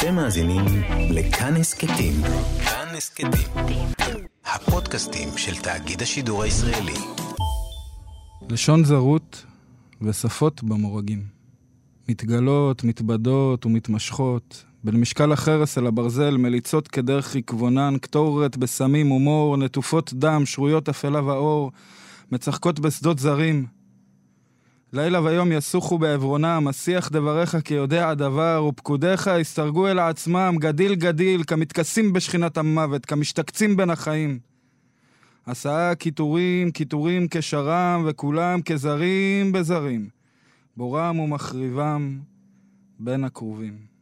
אתם מאזינים לכאן הסכתים. כאן הסכתים. הפודקאסטים של תאגיד השידור הישראלי. לשון זרות ושפות במורגים. מתגלות, מתבדות ומתמשכות. בין משקל החרס אל הברזל, מליצות כדרך ריקבונן, קטורת בסמים ומור, נטופות דם, שרויות אפלה ואור, מצחקות בשדות זרים. לילה ויום יסוכו בעברונם, השיח דבריך כי יודע הדבר, ופקודיך יסתרגו אל עצמם, גדיל גדיל, כמתכסים בשכינת המוות, כמשתקצים בין החיים. עשה קיטורים, קיטורים כשרם, וכולם כזרים בזרים, בורם ומחריבם בין הקרובים.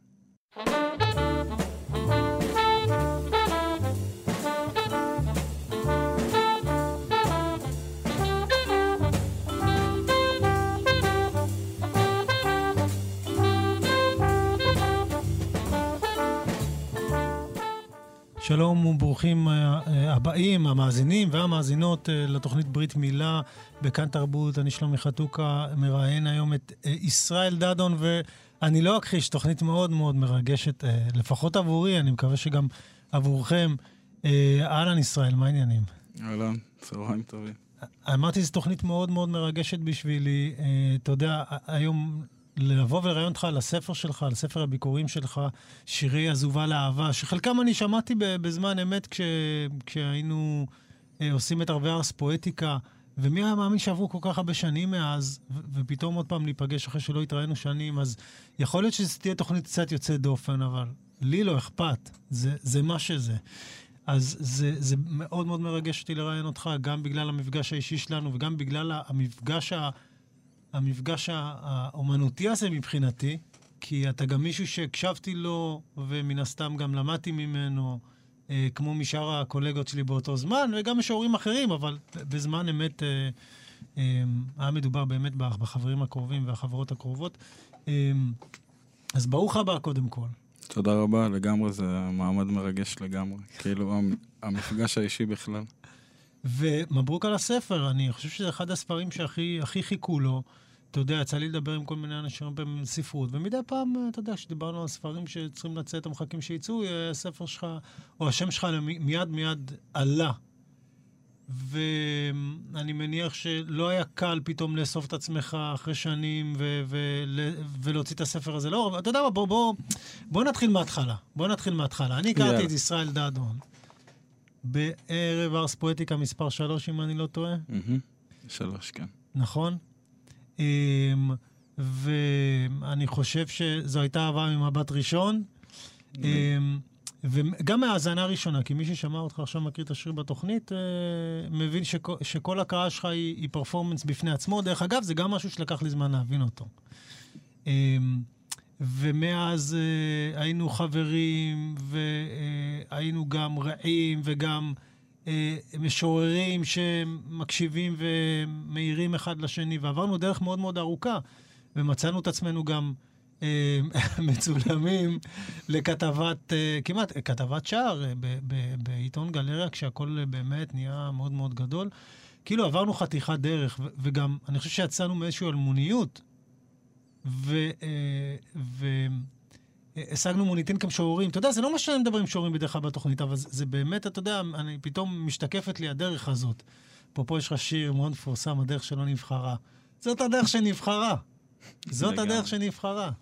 שלום וברוכים הבאים, המאזינים והמאזינות לתוכנית ברית מילה בכאן תרבות. אני שלומי חתוקה, מראיין היום את ישראל דדון, ואני לא אכחיש, תוכנית מאוד מאוד מרגשת, לפחות עבורי, אני מקווה שגם עבורכם. אהלן ישראל, מה העניינים? אהלן, צהריים טובים. אמרתי, זו תוכנית מאוד מאוד מרגשת בשבילי. אתה יודע, היום לבוא ולראיין אותך על הספר שלך, על ספר הביקורים שלך, שירי עזובה לאהבה, שחלקם אני שמעתי בזמן אמת כשהיינו עושים את ערבי ארס פואטיקה, ומי היה מאמין שעברו כל כך הרבה שנים מאז, ופתאום עוד פעם להיפגש אחרי שלא התראינו שנים, אז יכול להיות שזה תהיה תוכנית קצת יוצאת דופן, אבל לי לא אכפת, זה מה שזה. אז זה מאוד מאוד מרגש אותי לראיין אותך, גם בגלל המפגש האישי שלנו, וגם בגלל המפגש האומנותי הזה מבחינתי, כי אתה גם מישהו שהקשבתי לו, ומן הסתם גם למדתי ממנו, כמו משאר הקולגות שלי באותו זמן, וגם משאורים אחרים, אבל בזמן אמת היה מדובר באמת בחברים הקרובים והחברות הקרובות. אז ברוך הבא קודם כל. תודה רבה, לגמרי, זה מעמד מרגש לגמרי. כאילו, המפגש האישי בכלל. ומברוק על הספר, אני חושב שזה אחד הספרים שהכי חיכו לו. אתה יודע, יצא לי לדבר עם כל מיני אנשים בספרות, ומדי פעם, אתה יודע, כשדיברנו על ספרים שצריכים לצאת, המחכים שיצאו, הספר שלך, או השם שלך מיד עלה. ואני מניח שלא היה קל פתאום לאסוף את עצמך אחרי שנים, ולהוציא את הספר הזה. לא, אתה יודע מה, בוא נתחיל מההתחלה. אני הכרתי את ישראל דדון. בערב ארס פואטיקה מספר 3, אם אני לא טועה. 3, כן. נכון? ואני חושב שזו הייתה אהבה ממבט ראשון. וגם מהאזנה הראשונה, כי מי ששמע אותך עכשיו מקריא את השיר בתוכנית, מבין שכל הקראה שלך היא פרפורמנס בפני עצמו. דרך אגב, זה גם משהו שלקח לי זמן להבין אותו. ומאז היינו חברים, והיינו גם רעים, וגם משוררים שמקשיבים ומאירים אחד לשני, ועברנו דרך מאוד מאוד ארוכה, ומצאנו את עצמנו גם מצולמים לכתבת, כמעט כתבת שער בעיתון גלריה, כשהכל באמת נהיה מאוד מאוד גדול. כאילו עברנו חתיכת דרך, וגם אני חושב שיצאנו מאיזושהי אלמוניות, השגנו מוניטין כמשוררים. אתה יודע, זה לא מה שאני מדבר עם שוררים בדרך כלל בתוכנית, אבל זה באמת, אתה יודע, אני פתאום משתקפת לי הדרך הזאת. פה יש לך שיר מאוד מפורסם, הדרך שלא נבחרה. זאת הדרך שנבחרה. זאת הדרך שנבחרה.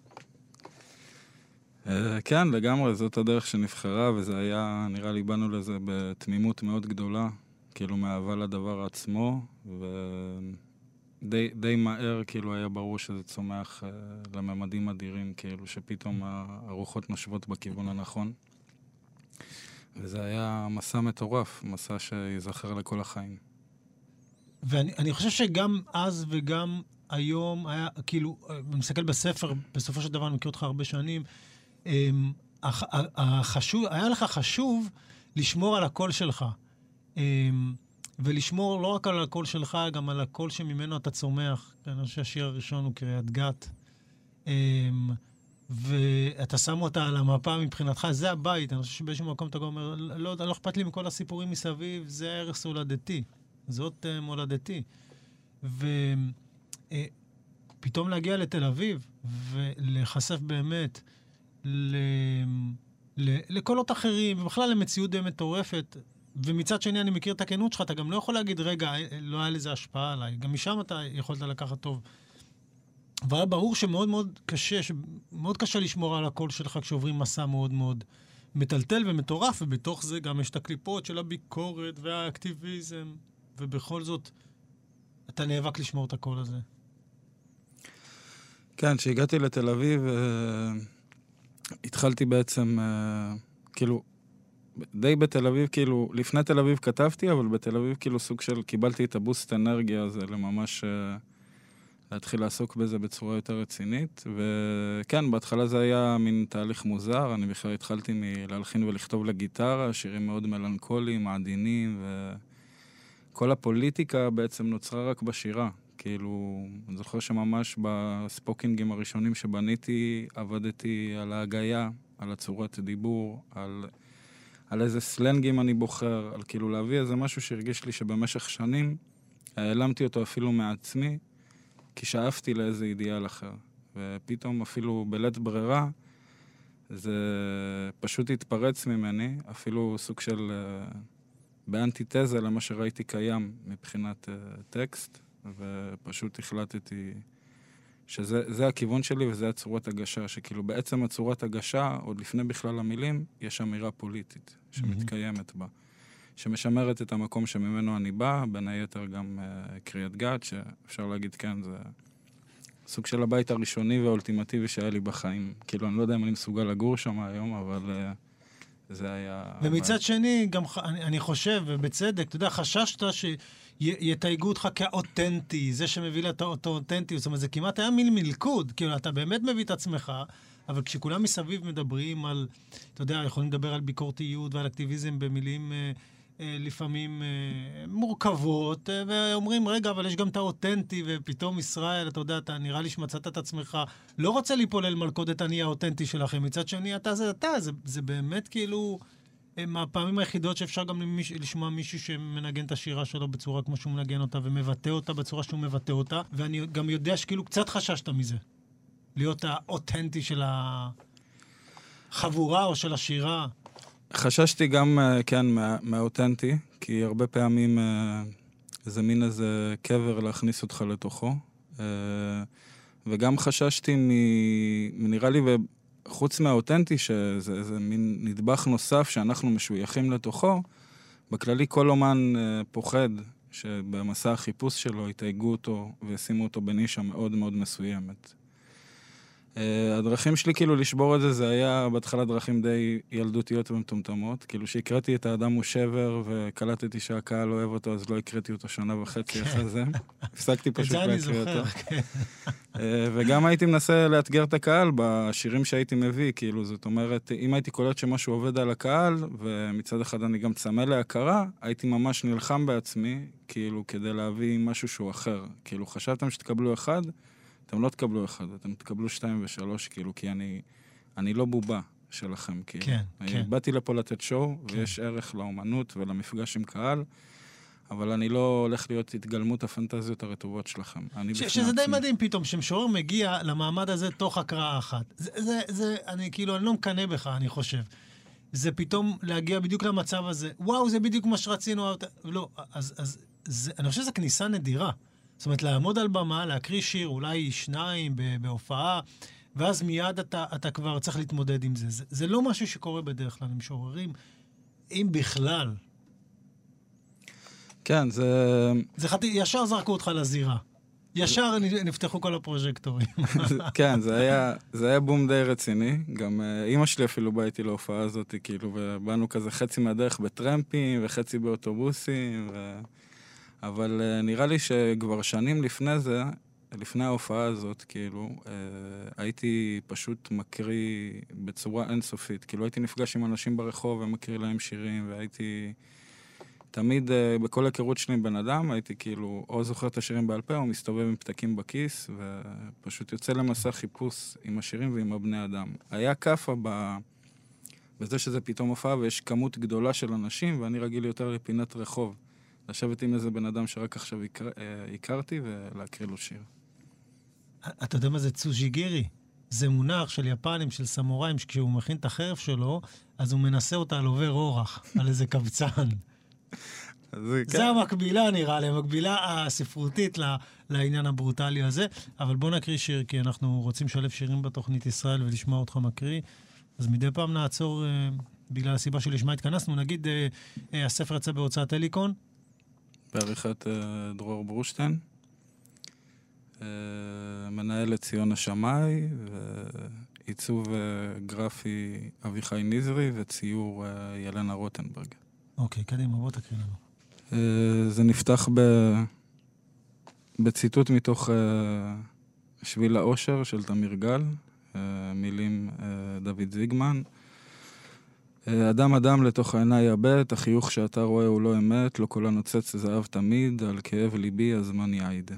כן, לגמרי, זאת הדרך שנבחרה, וזה היה, נראה לי, באנו לזה בתמימות מאוד גדולה, כאילו מאהבה לדבר עצמו, די מהר, כאילו היה ברור שזה צומח לממדים אדירים, כאילו שפתאום הרוחות נושבות בכיוון הנכון. וזה היה מסע מטורף, מסע שיזכר לכל החיים. ואני חושב שגם אז וגם היום היה, כאילו, מסתכל בספר, בסופו של דבר אני מכיר אותך הרבה שנים, היה לך חשוב לשמור על הקול שלך. ולשמור לא רק על הקול שלך, גם על הקול שממנו אתה צומח. אני חושב שהשיר הראשון הוא קריאת גת. ואתה שם אותה על המפה מבחינתך, זה הבית. אני חושב שבאיזשהו מקום אתה אומר, לא אכפת לי מכל הסיפורים מסביב, זה ערש הולדתי. זאת מולדתי. ופתאום להגיע לתל אביב, ולחשף באמת לקולות אחרים, ובכלל למציאות די מטורפת. ומצד שני, אני מכיר את הכנות שלך, אתה גם לא יכול להגיד, רגע, לא היה לזה השפעה עליי. גם משם אתה יכולת לקחת טוב. והיה ברור שמאוד מאוד קשה, מאוד קשה לשמור על הקול שלך כשעוברים מסע מאוד מאוד מטלטל ומטורף, ובתוך זה גם יש את הקליפות של הביקורת והאקטיביזם, ובכל זאת, אתה נאבק לשמור את הקול הזה. כן, כשהגעתי לתל אביב, התחלתי בעצם, כאילו, די בתל אביב, כאילו, לפני תל אביב כתבתי, אבל בתל אביב כאילו סוג של, קיבלתי את הבוסט אנרגיה הזה לממש להתחיל לעסוק בזה בצורה יותר רצינית, וכן, בהתחלה זה היה מין תהליך מוזר, אני בכלל התחלתי מלהלחין ולכתוב לגיטרה, שירים מאוד מלנכוליים, מעדינים, וכל הפוליטיקה בעצם נוצרה רק בשירה. כאילו, אני זוכר שממש בספוקינגים הראשונים שבניתי, עבדתי על ההגייה, על הצורת דיבור, על איזה סלנגים אני בוחר, על כאילו להביא איזה משהו שהרגיש לי שבמשך שנים העלמתי אותו אפילו מעצמי, כי שאפתי לאיזה אידיאל אחר. ופתאום אפילו בלית ברירה, זה פשוט התפרץ ממני, אפילו סוג של באנטיתזה למה שראיתי קיים מבחינת טקסט, ופשוט החלטתי שזה הכיוון שלי וזה הצורת הגשה, שכאילו בעצם הצורת הגשה, עוד לפני בכלל המילים, יש אמירה פוליטית שמתקיימת בה, שמשמרת את המקום שממנו אני בא, בין היתר גם קריית גת, שאפשר להגיד כן, זה סוג של הבית הראשוני והאולטימטיבי שהיה לי בחיים. כאילו, אני לא יודע אם אני מסוגל לגור שם היום, אבל זה היה... ומצד שני, גם אני חושב, ובצדק, אתה יודע, חששת שיתייגו אותך כאוטנטי, זה שמביא לה את האוטנטיות, זאת אומרת, זה כמעט היה מלכוד, כאילו, אתה באמת מביא את עצמך, אבל כשכולם מסביב מדברים על, אתה יודע, יכולים לדבר על ביקורתיות ועל אקטיביזם במילים לפעמים מורכבות, ואומרים, רגע, אבל יש גם את האוטנטי, ופתאום ישראל, אתה יודע, אתה נראה לי שמצאת את עצמך, לא רוצה ליפול אל מלכודת אני האוטנטי שלכם, מצד שני, זה באמת כאילו, מהפעמים היחידות שאפשר גם לשמוע מישהו שמנגן את השירה שלו בצורה כמו שהוא מנגן אותה, ומבטא אותה בצורה שהוא מבטא אותה, ואני גם יודע שכאילו קצת חששת מזה. להיות האותנטי של החבורה או של השירה. חששתי גם, כן, מהאותנטי, כי הרבה פעמים זה מין איזה קבר להכניס אותך לתוכו. וגם חששתי נראה לי, וחוץ מהאותנטי, שזה מין נדבך נוסף שאנחנו משויכים לתוכו, בכללי כל אומן פוחד שבמסע החיפוש שלו יתייגו אותו וישימו אותו בנישה מאוד מאוד מסוימת. הדרכים שלי כאילו לשבור את זה, זה היה בהתחלה דרכים די ילדותיות ומטומטמות. כאילו שהקראתי את האדם הוא שבר וקלטתי שהקהל אוהב אותו, אז לא הקראתי אותו 1.5 שנה אחרי זה. הפסקתי פשוט להקריא אותו. וגם הייתי מנסה לאתגר את הקהל בשירים שהייתי מביא, כאילו זאת אומרת, אם הייתי קולט שמשהו עובד על הקהל, ומצד אחד אני גם צמא להכרה, הייתי ממש נלחם בעצמי, כאילו כדי להביא משהו שהוא אחר. כאילו חשבתם שתקבלו אחד, אתם לא תקבלו אחד, אתם תקבלו 2 ו3, כאילו, כי אני לא בובה שלכם, כאילו. כן, כן. באתי לפה לתת שואו, כן. ויש ערך לאומנות ולמפגש עם קהל, אבל אני לא הולך להיות התגלמות הפנטזיות הרטובות שלכם. שזה די מדהים פתאום, שמשורר מגיע למעמד הזה תוך הקראה אחת. אני כאילו, אני לא מקנה בך, אני חושב. זה פתאום להגיע בדיוק למצב הזה, וואו, זה בדיוק מה שרצינו, לא, אז אני חושב שזו כניסה נדירה. זאת אומרת, לעמוד על במה, להקריא שיר, אולי 2 בהופעה, ואז מיד אתה כבר צריך להתמודד עם זה. זה לא משהו שקורה בדרך כלל עם משוררים, אם בכלל. כן, ישר זרקו אותך לזירה. ישר נפתחו כל הפרוז'קטורים. כן, זה היה בום די רציני. גם אמא שלי אפילו באה איתי להופעה הזאת, כאילו, ובאנו כזה חצי מהדרך בטרמפים, וחצי באוטובוסים, אבל נראה לי שכבר שנים לפני זה, לפני ההופעה הזאת, כאילו, הייתי פשוט מקריא בצורה אינסופית. כאילו, הייתי נפגש עם אנשים ברחוב ומקריא להם שירים, והייתי תמיד, בכל היכרות שלי עם בן אדם, הייתי כאילו, או זוכר את השירים בעל פה, או מסתובב עם פתקים בכיס, ופשוט יוצא למסע חיפוש עם השירים ועם הבני אדם. היה קפה בזה שזה פתאום הופעה, ויש כמות גדולה של אנשים, ואני רגיל יותר לפינת רחוב. לשבת עם איזה בן אדם שרק עכשיו הכרתי ולהקריא לו שיר. אתה יודע מה זה צוז'יגירי? זה מונח של יפנים, של סמוראים, שכשהוא מכין את החרב שלו, אז הוא מנסה אותה על עובר אורח, על איזה קבצן. זה המקבילה נראה לי, המקבילה הספרותית לעניין הברוטלי הזה. אבל בוא נקריא שיר, כי אנחנו רוצים לשלב שירים בתוכנית ישראל ולשמוע אותך מקריא. אז מדי פעם נעצור, בגלל הסיבה שלשמה התכנסנו. נגיד, הספר יצא בהוצאת אליקון. בעריכת דרור ברושטיין. מנהל ציון השמאי, ועיצוב גרפי אביחי נזרי, וציור ילנה רוטנברג. אוקיי, קדימה, בוא תקריא לנו. זה נפתח בציטוט מתוך שביל האושר של תמיר גל, מילים דוד זיגמן. אדם אדם לתוך העיניי יבט, החיוך שאתה רואה הוא לא אמת, לא כל הנוצץ זהב תמיד, על כאב ליבי הזמן יעיד.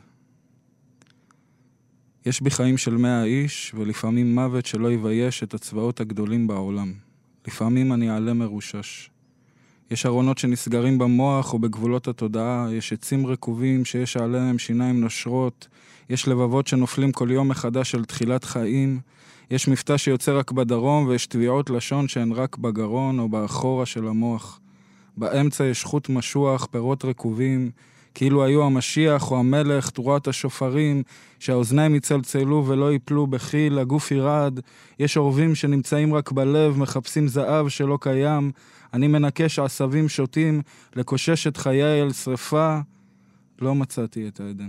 יש בי חיים של 100 איש, ולפעמים מוות שלא יבייש את הצבאות הגדולים בעולם. לפעמים אני אעלה מרושש. יש ארונות שנסגרים במוח ובגבולות התודעה, יש עצים רקובים שיש עליהם שיניים נושרות, יש לבבות שנופלים כל יום מחדש של תחילת חיים, יש מבטא שיוצא רק בדרום ויש טביעות לשון שהן רק בגרון או באחורה של המוח. באמצע יש חוט משוח, פירות רקובים, כאילו היו המשיח או המלך, תרועת השופרים, שהאוזניים יצלצלו ולא ייפלו בחיל, הגוף ירד, יש עורבים שנמצאים רק בלב, מחפשים זהב שלא קיים, אני מנקש עשבים שוטים, לקושש את חיי אל שריפה, לא מצאתי את העדן.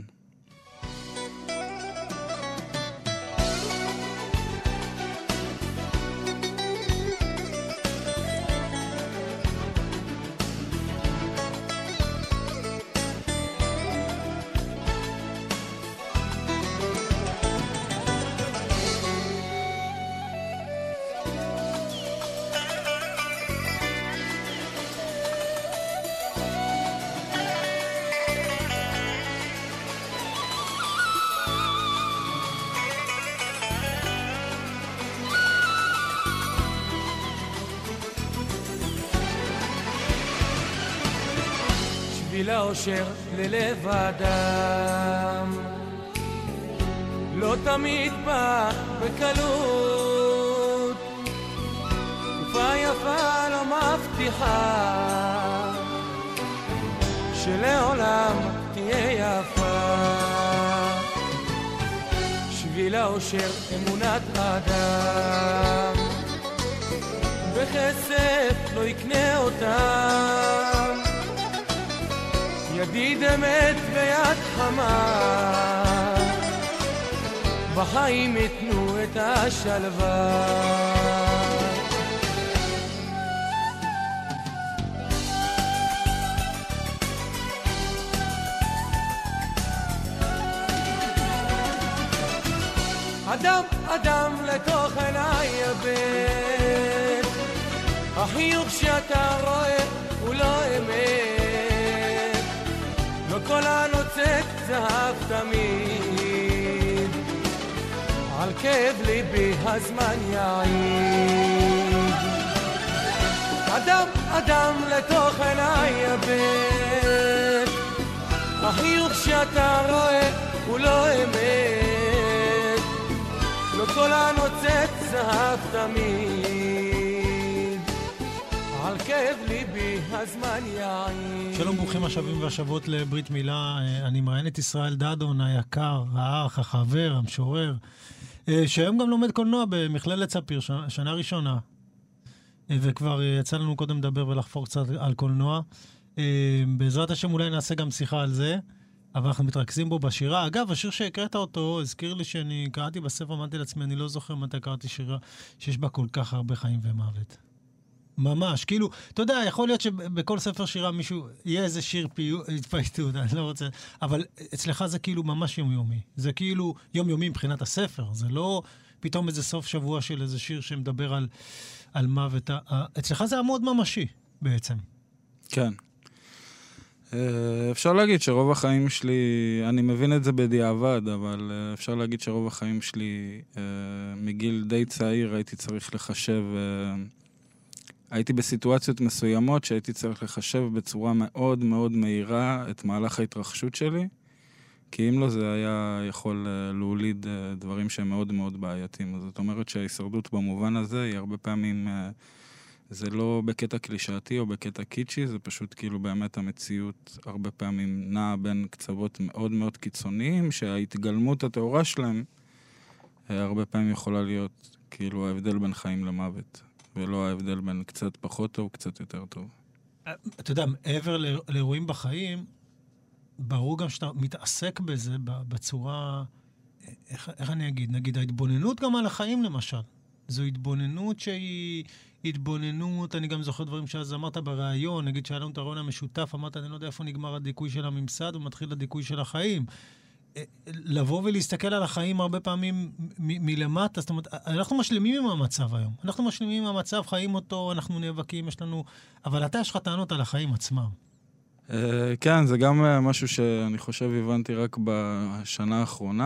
לאושר ללב אדם לא תמיד בא בקלות, תקופה יפה לא מבטיחה שלעולם תהיה יפה. שביל האושר אמונת אדם, בכסף לא יקנה אותם, ידיד אמת ויד חמה, בחיים יתנו את השלווה. אדם אדם לתוך עיניי יבט, החיוך שאתה רואה הוא לא אמת, לא כל הנוצץ זהב תמיד, על כאב ליבי הזמן יעיד. אדם אדם לתוך עיניי יבט, החיוך שאתה רואה הוא לא אמת, לא כל הנוצץ זהב תמיד, על כאב ליבי הזמן יעיד. שלום, ברוכים השבים והשבות לברית מילה. אני מראיין את ישראל דדון היקר, האח, החבר, המשורר, שהיום גם לומד קולנוע במכללת ספיר, שנה ראשונה. וכבר יצא לנו קודם לדבר ולחפור קצת על קולנוע. בעזרת השם אולי נעשה גם שיחה על זה, אבל אנחנו מתרכזים בו בשירה. אגב, השיר שהקראת אותו, הזכיר לי שאני קראתי בספר, אמרתי לעצמי, אני לא זוכר מתי קראתי שירה שיש בה כל כך הרבה חיים ומוות. ממש, כאילו, אתה יודע, יכול להיות שבכל ספר שירה מישהו, יהיה איזה שיר התפייטות, אני לא רוצה, אבל אצלך זה כאילו ממש יומיומי. זה כאילו יומיומי מבחינת הספר, זה לא פתאום איזה סוף שבוע של איזה שיר שמדבר על מוות. אצלך זה מאוד ממשי, בעצם. כן. אפשר להגיד שרוב החיים שלי, אני מבין את זה בדיעבד, אבל אפשר להגיד שרוב החיים שלי, מגיל די צעיר, הייתי צריך לחשב, הייתי בסיטואציות מסוימות שהייתי צריך לחשב בצורה מאוד מאוד מהירה את מהלך ההתרחשות שלי, כי אם לא זה היה יכול להוליד דברים שהם מאוד מאוד בעייתיים. אז זאת אומרת שההישרדות במובן הזה היא הרבה פעמים, זה לא בקטע קלישאתי או בקטע קיצ'י, זה פשוט כאילו באמת המציאות הרבה פעמים נעה בין קצוות מאוד מאוד קיצוניים, שההתגלמות התאורה שלהם הרבה פעמים יכולה להיות כאילו ההבדל בין חיים למוות, ולא ההבדל בין קצת פחות טוב, קצת יותר טוב. אתה יודע, מעבר לאירועים בחיים, ברור גם שאתה מתעסק בזה בצורה, איך אני אגיד? נגיד, ההתבוננות גם על החיים למשל. זו התבוננות שהיא התבוננות, אני גם זוכר דברים שאז אמרת בראיון, נגיד שהיה לנו את הרעיון המשותף, אמרת, אני לא יודע איפה נגמר הדיכוי של הממסד, ומתחיל הדיכוי של החיים. לבוא ולהסתכל על החיים הרבה פעמים מלמטה, זאת אומרת, אנחנו משלימים עם המצב היום. אנחנו משלימים עם המצב, חיים אותו, אנחנו נאבקים, יש לנו... אבל אתה יש לך טענות על החיים עצמם. כן, זה גם משהו שאני חושב הבנתי רק בשנה האחרונה,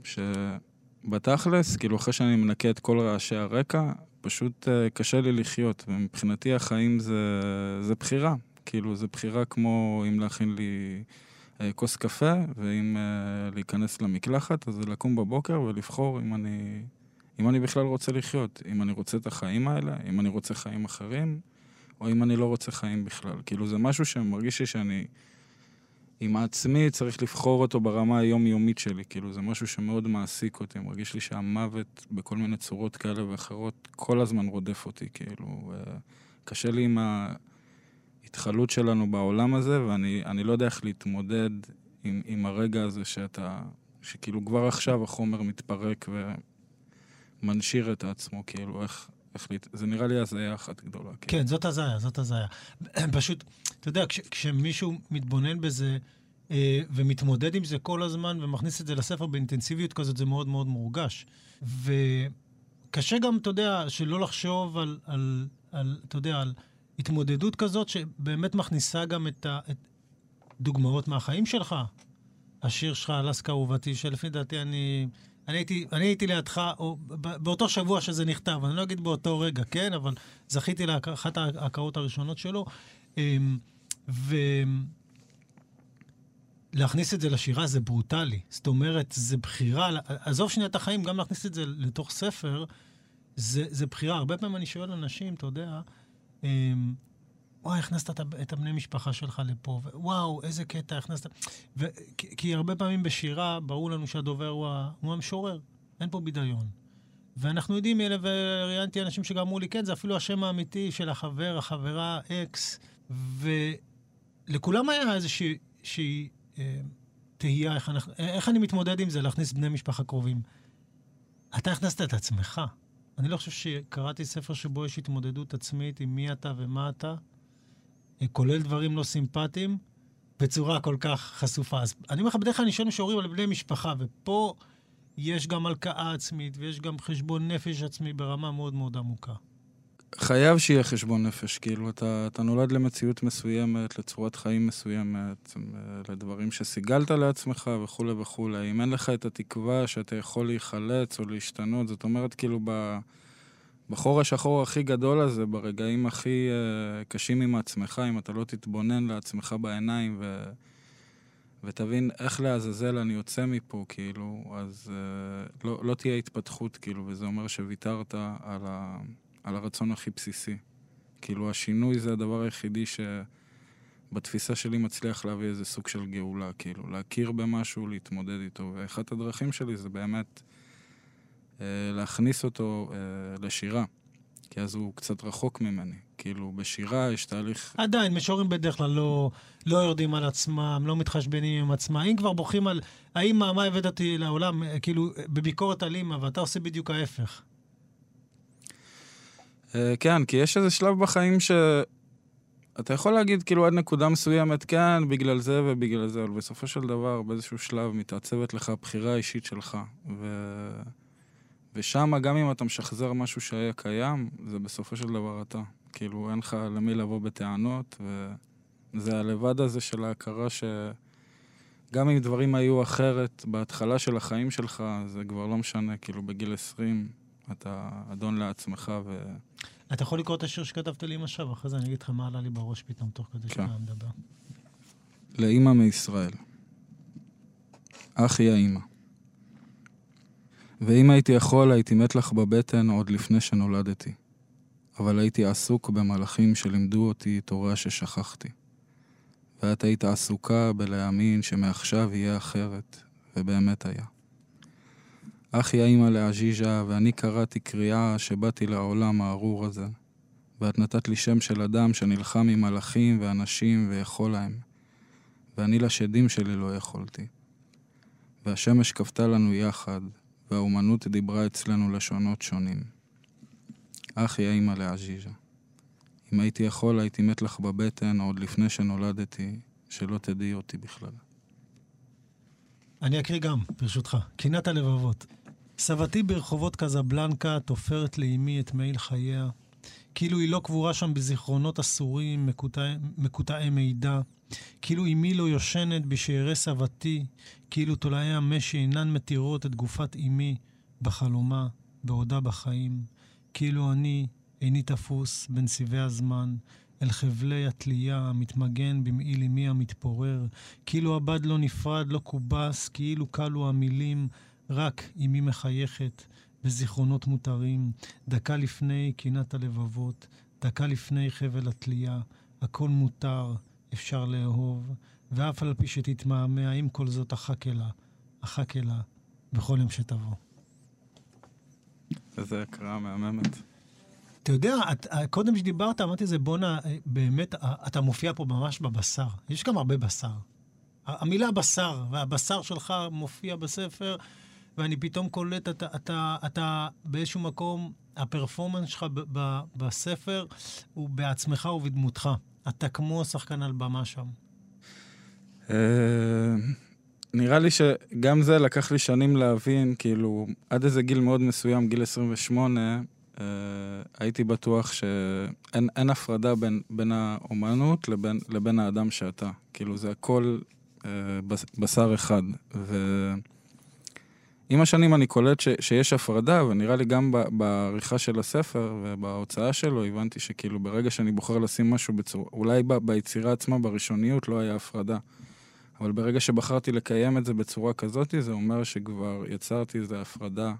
שבתכלס, כאילו אחרי שאני מנקה את כל רעשי הרקע, פשוט קשה לי לחיות, ומבחינתי החיים זה בחירה. כאילו, זה בחירה כמו אם להכין לי כוס קפה, ואם להיכנס למקלחת, אז זה לקום בבוקר ולבחור אם אני בכלל רוצה לחיות, אם אני רוצה את החיים האלה, אם אני רוצה חיים אחרים, או אם אני לא רוצה חיים בכלל. כאילו, זה משהו שמרגיש לי שאני עם עצמי צריך לבחור אותו ברמה היומיומית שלי. כאילו, זה משהו שמאוד מעסיק אותי. מרגיש לי שהמוות בכל מיני צורות כאלה ואחרות כל הזמן רודף אותי. כאילו, קשה לי עם ההתחלות שלנו בעולם הזה, ואני לא יודע איך להתמודד עם הרגע הזה שכאילו כבר עכשיו החומר מתפרק ומנשיר את עצמו. כאילו, זה נראה לי הזיה אחת גדולה. כן, זאת הזיה. פשוט, אתה יודע, כשמישהו מתבונן בזה ומתמודד עם זה כל הזמן ומכניס את זה לספר באינטנסיביות כזאת, זה מאוד מאוד מורגש. וקשה גם, אתה יודע, שלא לחשוב אתה יודע, על התמודדות כזאת שבאמת מכניסה גם את דוגמאות מהחיים שלך. השיר שלך, אלסקה אהובתי, שלפי דעתי אני הייתי לידך, או באותו שבוע שזה נכתב, אני לא אגיד באותו רגע, כן? אבל זכיתי לאחת ההכרות הראשונות שלו, ולהכניס את זה לשירה זה ברוטלי. זאת אומרת, זה בחירה, עזוב שנייה את החיים, גם להכניס את זה לתוך ספר, זה בחירה. הרבה פעמים אני שואל אנשים, אתה יודע, וואי, הכנסת את הבני משפחה שלך לפה, וואו, איזה קטע הכנסת. כי הרבה פעמים בשירה, ברור לנו שהדובר הוא המשורר, אין פה בידיון. ואנחנו יודעים, וראיינתי אנשים שגם אמרו לי, כן, זה אפילו השם האמיתי של החבר, החברה, אקס, ולכולם היה איזושהי תהייה, איך אני מתמודד עם זה, להכניס בני משפחה קרובים. אתה הכנסת את עצמך. אני לא חושב שקראתי ספר שבו יש התמודדות עצמית עם מי אתה ומה אתה, כולל דברים לא סימפטיים, בצורה כל כך חשופה. אז אני אומר לך, בדרך כלל אני שואל משוררים על בני משפחה, ופה יש גם הלקאה עצמית, ויש גם חשבון נפש עצמי ברמה מאוד מאוד עמוקה. חייב שיהיה חשבון נפש, כאילו, אתה נולד למציאות מסוימת, לצורת חיים מסוימת, לדברים שסיגלת לעצמך וכו' וכו'. אם אין לך את התקווה שאתה יכול להיחלץ או להשתנות, זאת אומרת, כאילו, בחור השחור הכי גדול הזה, ברגעים הכי קשים עם עצמך, אם אתה לא תתבונן לעצמך בעיניים ותבין איך לעזאזל אני יוצא מפה, כאילו, אז לא תהיה התפתחות, כאילו, וזה אומר שוויתרת על הרצון הכי בסיסי. כאילו, השינוי זה הדבר היחידי שבתפיסה שלי מצליח להביא איזה סוג של גאולה, כאילו, להכיר במשהו, להתמודד איתו, ואחת הדרכים שלי זה באמת להכניס אותו לשירה, כי אז הוא קצת רחוק ממני. כאילו, בשירה יש תהליך... עדיין, משוררים בדרך כלל לא יורדים על עצמם, לא מתחשבנים עם עצמם. אם כבר בוכים על, האם מה הבאת אותי לעולם, כאילו, בביקורת על אמא, ואתה עושה בדיוק ההפך. כן, כי יש איזה שלב בחיים אתה יכול להגיד, כאילו, עד נקודה מסוימת, כן, בגלל זה ובגלל זה, אבל בסופו של דבר, באיזשהו שלב מתעצבת לך הבחירה האישית שלך, ושם, גם אם אתה משחזר משהו שהיה קיים, זה בסופו של דבר אתה. כאילו, אין לך למי לבוא בטענות, וזה הלבד הזה של ההכרה שגם אם דברים היו אחרת, בהתחלה של החיים שלך, זה כבר לא משנה, כאילו, בגיל 20, אתה אדון לעצמך אתה יכול לקרוא את השיר שכתבת לי עם השב, אחרי זה אני אגיד לך מה עלה לי בראש פתאום תוך כדי שאתה מדבר. לאמא מישראל. אחי האמא. ואם הייתי יכול, הייתי מת לך בבטן עוד לפני שנולדתי. אבל הייתי עסוק במלאכים שלימדו אותי תורה ששכחתי. ואת היית עסוקה בלהאמין שמעכשיו יהיה אחרת, ובאמת היה. אחי האמא לעז'יז'ה, ואני קראתי קריאה שבאתי לעולם הארור הזה, ואת נתת לי שם של אדם שנלחם עם מלאכים ואנשים ויכול להם, ואני לשדים שלי לא יכולתי. והשמש כפתה לנו יחד, והאומנות דיברה אצלנו לשונות שונים. אחי האמא לעז'יז'ה. אם הייתי יכול, הייתי מת לך בבטן עוד לפני שנולדתי, שלא תדעי אותי בכלל. אני אקריא גם, ברשותך. קינת הלבבות. סבתי ברחובות קזבלנקה תופרת לאמי את מעיל חייה, כאילו היא לא קבורה שם בזיכרונות אסורים, מקוטעי מידע, כאילו אמי לא יושנת בשערי סבתי, כאילו תולעי המשי אינן מתירות את גופת אמי בחלומה, בעודה בחיים, כאילו אני איני תפוס בין סיבי הזמן, אל חבלי התלייה המתמגן במעיל אמי המתפורר, כאילו הבד לא נפרד, לא קובס, כאילו קלו המילים, רק אמי מחייכת, בזיכרונות מותרים, דקה לפני קינת הלבבות, דקה לפני חבל התלייה, הכל מותר, אפשר לאהוב, ואף על פי שתתמהמה, עם כל זאת אחק אלה, בכל יום שתבוא. איזה הקראה מהממת. אתה יודע, קודם שדיברת, אמרתי זה, בונה, באמת, אתה מופיע פה ממש בבשר. יש גם הרבה בשר. המילה בשר, והבשר שלך מופיע בספר, ואני פתאום קולט, אתה באיזשהו מקום, הפרפורמנס שלך בספר הוא בעצמך ובדמותך. אתה כמו שחקן על במה שם. נראה לי שגם זה לקח לי שנים להבין, כאילו, עד איזה גיל מאוד מסוים, גיל 28, הייתי בטוח שאין הפרדה בין האומנות לבין האדם שאתה. כאילו, זה הכל בשר אחד. עם השנים אני קולט שיש הפרדה, ונראה לי גם בעריכה של הספר ובהוצאה שלו, הבנתי שכאילו ברגע שאני בוחר לשים משהו בצורה, אולי ביצירה עצמה, בראשוניות, לא היה הפרדה. אבל ברגע שבחרתי לקיים את זה בצורה כזאת, זה אומר שכבר יצרתי איזו הפרדה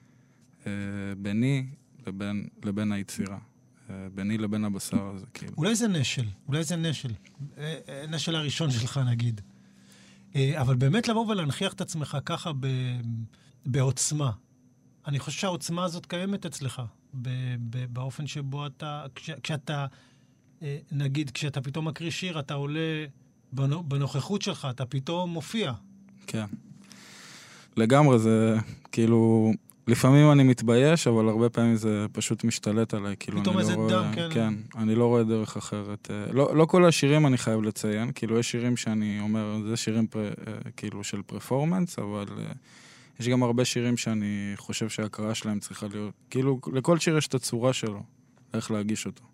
ביני לבין היצירה. ביני לבין הבשר הזה, כאילו. אולי זה נשל הראשון שלך, נגיד. אבל באמת לבוא ולהנחיח את עצמך ככה בעוצמה. אני חושב שהעוצמה הזאת קיימת אצלך, באופן שבו כשאתה, נגיד, כשאתה פתאום מקריא שיר, אתה עולה בנוכחות שלך, אתה פתאום מופיע. כן. לגמרי, זה כאילו, לפעמים אני מתבייש, אבל הרבה פעמים זה פשוט משתלט עליי. כאילו, פתאום איזה דם, כן. כן, אני לא רואה דרך אחרת. לא כל השירים אני חייב לציין, כאילו, יש שירים שאני אומר, זה שירים כאילו של פרפורמנס, אבל יש גם הרבה שירים שאני חושב שההקראה שלהם צריכה להיות, כאילו, לכל שיר יש את הצורה שלו, איך להגיש אותו.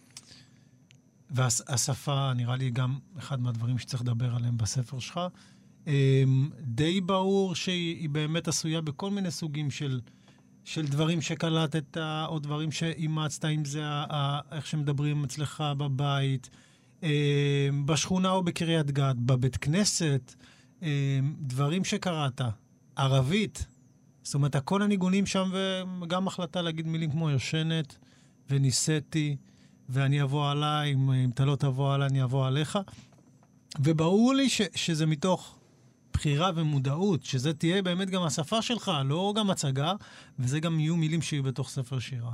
והשפה, נראה לי גם אחד מהדברים שצריך לדבר עליהם בספר שלך, די ברור שהיא באמת עשויה בכל מיני סוגים של דברים שקלטת, או דברים שאימצת, אם זה איך שמדברים אצלך בבית, בשכונה או בקריית גת, בבית כנסת, דברים שקראת, ערבית, זאת אומרת, כל הניגונים שם, וגם החלטה להגיד מילים כמו יושנת, וניסיתי, ואני אבוא עליי, אם אתה לא תבוא עליי, אני אבוא עליך. וברור לי שזה מתוך בחירה ומודעות, שזה תהיה באמת גם השפה שלך, לא גם הצגה, וזה גם יהיו מילים שיהיו בתוך ספר שירה.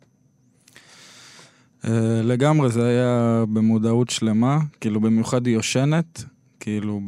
לגמרי, זה היה במודעות שלמה, כאילו במיוחד היא יושנת, כאילו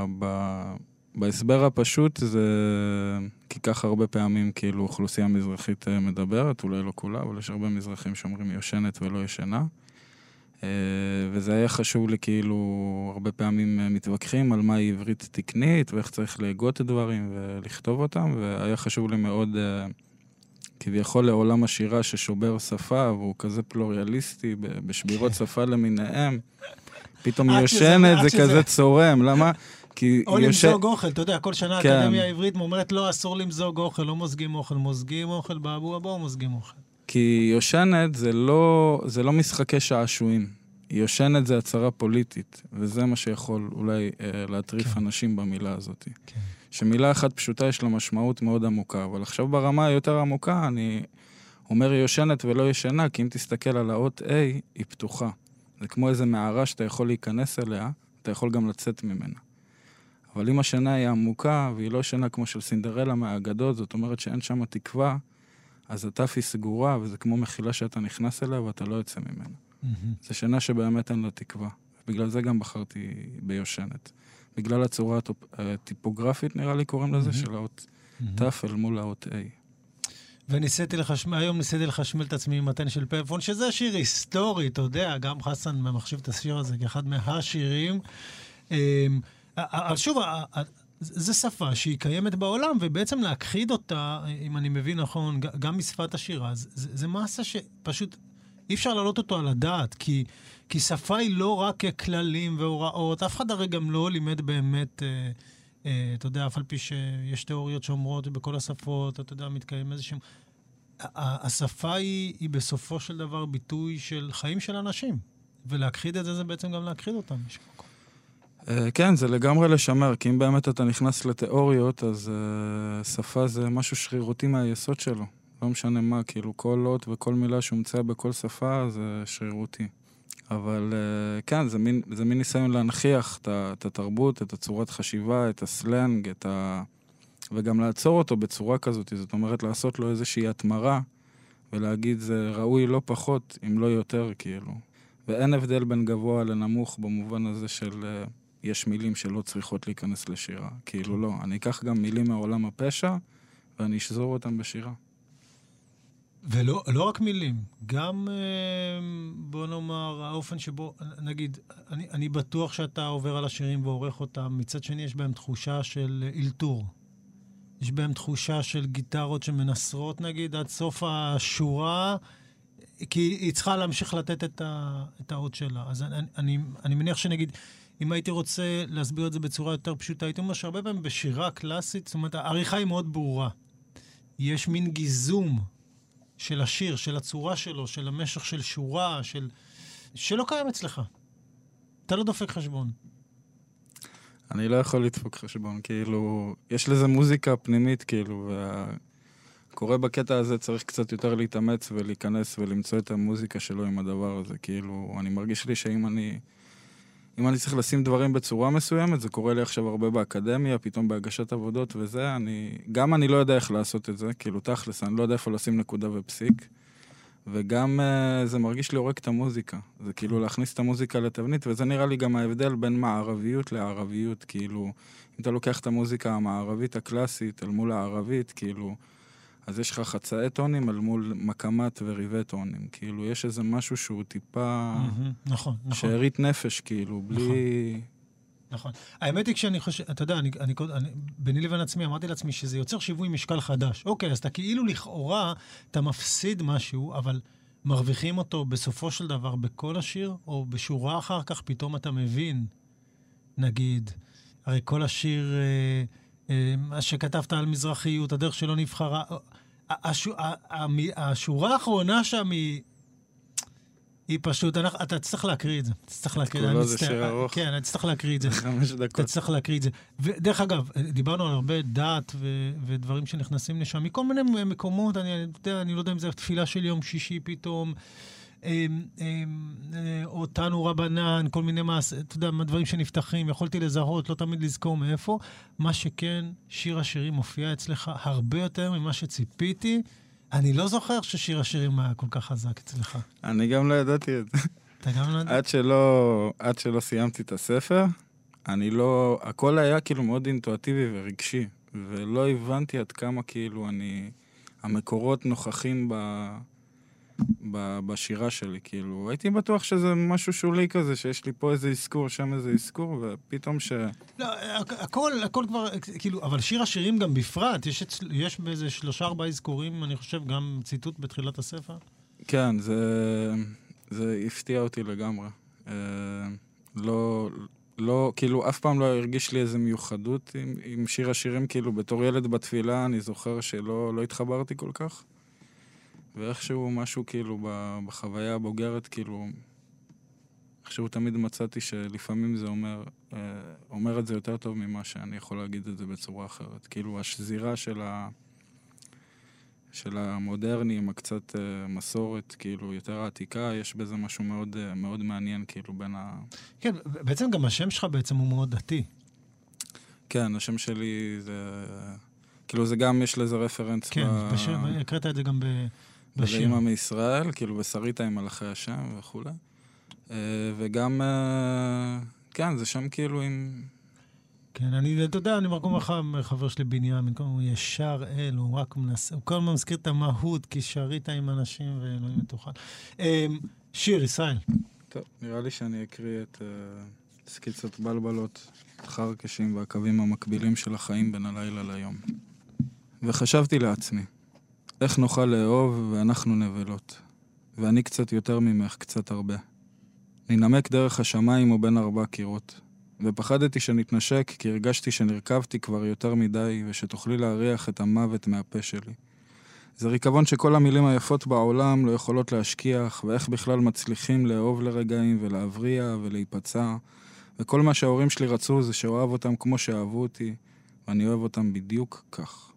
בהסבר הפשוט זה, כי ככה הרבה פעמים כאילו אוכלוסייה מזרחית מדברת, אולי לא כולה, אבל יש הרבה מזרחים שאומרים יושנת ולא ישנה. וזה היה חשוב לי כאילו, הרבה פעמים מתווכחים על מהי עברית תקנית, ואיך צריך להגות את דברים ולכתוב אותם, והיה חשוב לי מאוד, כביכול לעולם השירה ששובר שפה, והוא כזה פלוריאליסטי, בשבירות שפה למיניהם, פתאום יושנת זה כזה צורם, למה? או למזוג אוכל, אתה יודע, כל שנה האקדמיה העברית אומרת, לא, אסור למזוג אוכל, לא מוזגים אוכל, באבו אבו מוזגים אוכל. כי יושנת זה לא משחקי שעשועים. יושנת זה הצהרה פוליטית, וזה מה שיכול אולי להטריף אנשים במילה הזאת. שמילה אחת פשוטה יש לה משמעות מאוד עמוקה, אבל עכשיו ברמה היותר עמוקה, אני אומר היא יושנת ולא ישנה, כי אם תסתכל על האות A, היא פתוחה. זה כמו איזה מערה שאתה יכול להיכנס אליה, אתה יכול גם לצאת ממנה. אבל אם השינה היא עמוקה, והיא לא שינה כמו של סינדרלה מהאגדות, זאת אומרת שאין שם תקווה, אז התף היא סגורה, וזה כמו מחילה שאתה נכנס אליה, ואתה לא יוצא ממנה. זה שינה שבאמת אין לה תקווה. בגלל זה גם בחרתי ביושנת. בגלל הצורה הטיפוגרפית, נראה לי קוראים לזה, של האות תף אל מול האות A. היום ניסיתי לחשמל את עצמי עם מתן של פלאפון, שזה שיר היסטורי, אתה יודע, גם חסן מחשיב את השיר הזה כאחד מהשירים. שוב, זו שפה שהיא קיימת בעולם, ובעצם להכחיד אותה, אם אני מבין נכון, גם משפת השירה, זה מעשה שפשוט אי אפשר להעלות אותו על הדעת, כי שפה היא לא רק כללים והוראות, אף אחד הרי גם לא לימד באמת, אתה יודע, אף על פי שיש תיאוריות שאומרות בכל השפות, אתה יודע, מתקיים איזשהם... השפה היא בסופו של דבר ביטוי של חיים של אנשים, ולהכחיד את זה זה בעצם גם להכחיד אותם. כן, זה לגמרי לשמר, כי אם באמת אתה נכנס לתיאוריות, אז שפה זה משהו שרירותי מהיסוד שלו. לא משנה מה, כאילו כל אות וכל מילה שהומצאה בכל שפה זה שרירותי. אבל כן, זה מין ניסיון להנכיח את התרבות, את הצורת חשיבה, את הסלנג, וגם לעצור אותו בצורה כזאת. זאת אומרת, לעשות לו איזושהי התמרה, ולהגיד זה ראוי לא פחות, אם לא יותר, כאילו. ואין הבדל בין גבוה לנמוך במובן הזה של יש מילים שלא צריכות להיכנס לשירה. כאילו לא, אני אקח גם מילים מעולם הפשע, ואני אשזור אותם בשירה. ולא רק מילים, גם, בוא נאמר, האופן שבו, נגיד, אני בטוח שאתה עובר על השירים ועורך אותם, מצד שני יש בהם תחושה של אילתור. יש בהם תחושה של גיטרות שמנסרות, נגיד, עד סוף השורה, כי היא צריכה להמשיך לתת את האות שלה. אז אני מניח שנגיד, אם הייתי רוצה להסביר את זה בצורה יותר פשוטה, הייתי אומר שהרבה פעמים בשירה קלאסית, זאת אומרת, העריכה היא מאוד ברורה. יש מין גיזום של השיר, של הצורה שלו, של המשך של שורה, שלא קיים אצלך. אתה לא דופק חשבון. אני לא יכול לדפוק חשבון, כאילו, יש לזה מוזיקה פנימית, כאילו, קורה בקטע הזה צריך קצת יותר להתאמץ ולהיכנס ולמצוא את המוזיקה שלו עם הדבר הזה. כאילו, אני מרגיש לי שאם אני צריך לשים דברים בצורה מסוימת, זה קורה לי עכשיו הרבה באקדמיה, פתאום בהגשת עבודות וזה, גם אני לא יודע איך לעשות את זה, כאילו תכלס, אני לא יודע איפה לשים נקודה ופסיק, וגם זה מרגיש לי הורג את המוזיקה. זה כאילו להכניס את המוזיקה לתבנית, וזה נראה לי גם ההבדל בין מערביות לערביות, כאילו, אם אתה לוקח את המוזיקה המערבית הקלאסית אל מול הערבית, כאילו, אז יש לך חצאי טונים אל מול מקמת וריבי טונים. כאילו, יש איזה משהו שהוא טיפה... נכון. שארית נפש, כאילו, בלי... נכון. האמת היא כשאני חושב, אתה יודע, ביני לבין עצמי, אמרתי לעצמי שזה יוצר שיווי משקל חדש. אוקיי, אז אתה כאילו לכאורה, אתה מפסיד משהו, אבל מרוויחים אותו בסופו של דבר בכל השיר, או בשורה אחר כך פתאום אתה מבין, נגיד, הרי כל השיר... שכתבת על מזרחיות, הדרך שלא נבחרה, השורה האחרונה שם היא פשוט, אתה צריך להקריא את זה. כולו זה שיר ארוך. כן, אתה צריך להקריא את זה. 5 דקות. אתה צריך להקריא את זה. ודרך אגב, דיברנו על הרבה דת ודברים שנכנסים לשם, מכל מיני מקומות, אני לא יודע אם זה תפילה של יום שישי פתאום, או תנו רבנן, כל מיני אתה יודע, דברים שנפתחים, יכולתי לזהות, לא תמיד לזכור מאיפה. מה שכן, שיר השירים מופיע אצלך הרבה יותר ממה שציפיתי. אני לא זוכר ששיר השירים היה כל כך חזק אצלך. אני גם לא ידעתי את זה. אתה גם לא ידעתי? עד שלא סיימתי את הספר, הכל היה כאילו מאוד אינטואטיבי ורגשי, ולא הבנתי עד כמה כאילו המקורות נוכחים בשירה שלי, כאילו, הייתי בטוח שזה משהו שולי כזה, שיש לי פה איזה עסקור, שם איזה עסקור, ופתאום לא, הכל כבר, כאילו, אבל שיר השירים גם בפרט, יש באיזה 3-4 עסקורים, אני חושב, גם ציטוט בתחילת הספר? כן, זה הפתיע אותי לגמרי. לא, כאילו, אף פעם לא הרגיש לי איזו מיוחדות עם שיר השירים, כאילו, בתור ילד בתפילה, אני זוכר שלא התחברתי כל כך. ואיכשהו משהו כאילו בחוויה הבוגרת, כאילו, איכשהו תמיד מצאתי שלפעמים זה אומר את זה יותר טוב ממה שאני יכול להגיד את זה בצורה אחרת. כאילו, השזירה של המודרני עם הקצת מסורת, כאילו, יותר העתיקה, יש בזה משהו מאוד, מאוד מעניין, כאילו, בין כן, בעצם גם השם שלך בעצם הוא מאוד דתי. כן, השם שלי זה... כאילו, זה גם, יש לזה רפרנס כן, בשם, הקראת את זה גם בשיר. באמא מישראל, כאילו, בשריטה עם מלאכי השם וכו'. וגם, כן, זה שם כאילו עם... כן, אתה יודע, אני מרקום לך, חבר שלי בנימין, הוא ישר אל, הוא רק מנסה, הוא כל הזמן מזכיר את המהות, כי שרית עם אנשים ואלוהים מתוכל. שיר, ישראל. טוב, נראה לי שאני אקריא את סקיצות בלבלות, חרקשים והקווים המקבילים של החיים בין הלילה ליום. וחשבתי לעצמי, איך נוכל לאהוב ואנחנו נבלות, ואני קצת יותר ממך, קצת הרבה. ננמק דרך השמיים או בין 4 קירות. ופחדתי שנתנשק כי הרגשתי שנרכבתי כבר יותר מדי ושתוכלי להריח את המוות מהפה שלי. זה ריקבון שכל המילים היפות בעולם לא יכולות להשכיח, ואיך בכלל מצליחים לאהוב לרגעים ולהבריע ולהיפצע, וכל מה שההורים שלי רצו זה שאוהב אותם כמו שאהבו אותי, ואני אוהב אותם בדיוק כך.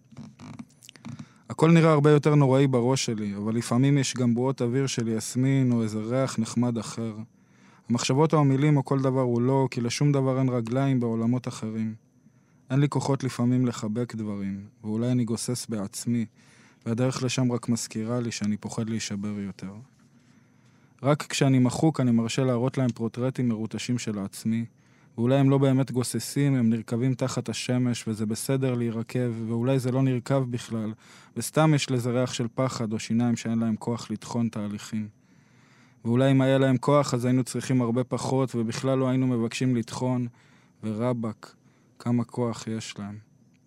הכל נראה הרבה יותר נוראי בראש שלי, אבל לפעמים יש גם בועות אוויר של יסמין או איזה ריח נחמד אחר. המחשבות או המילים או כל דבר הוא לא, כי לשום דבר אין רגליים בעולמות אחרים. אין לי כוחות לפעמים לחבק דברים, ואולי אני גוסס בעצמי, והדרך לשם רק מזכירה לי שאני פוחד להישבר יותר. רק כשאני מחוק אני מרשה להראות להם פרוטרטים מרוטשים של עצמי, ואולי הם לא באמת גוססים, הם נרכבים תחת השמש, וזה בסדר להירקב, ואולי זה לא נרכב בכלל, וסתם יש לזה ריח של פחד או שיניים שאין להם כוח לטחון תהליכים. ואולי אם היה להם כוח, אז היינו צריכים הרבה פחות, ובכלל לא היינו מבקשים לטחון, ורבק, כמה כוח יש להם.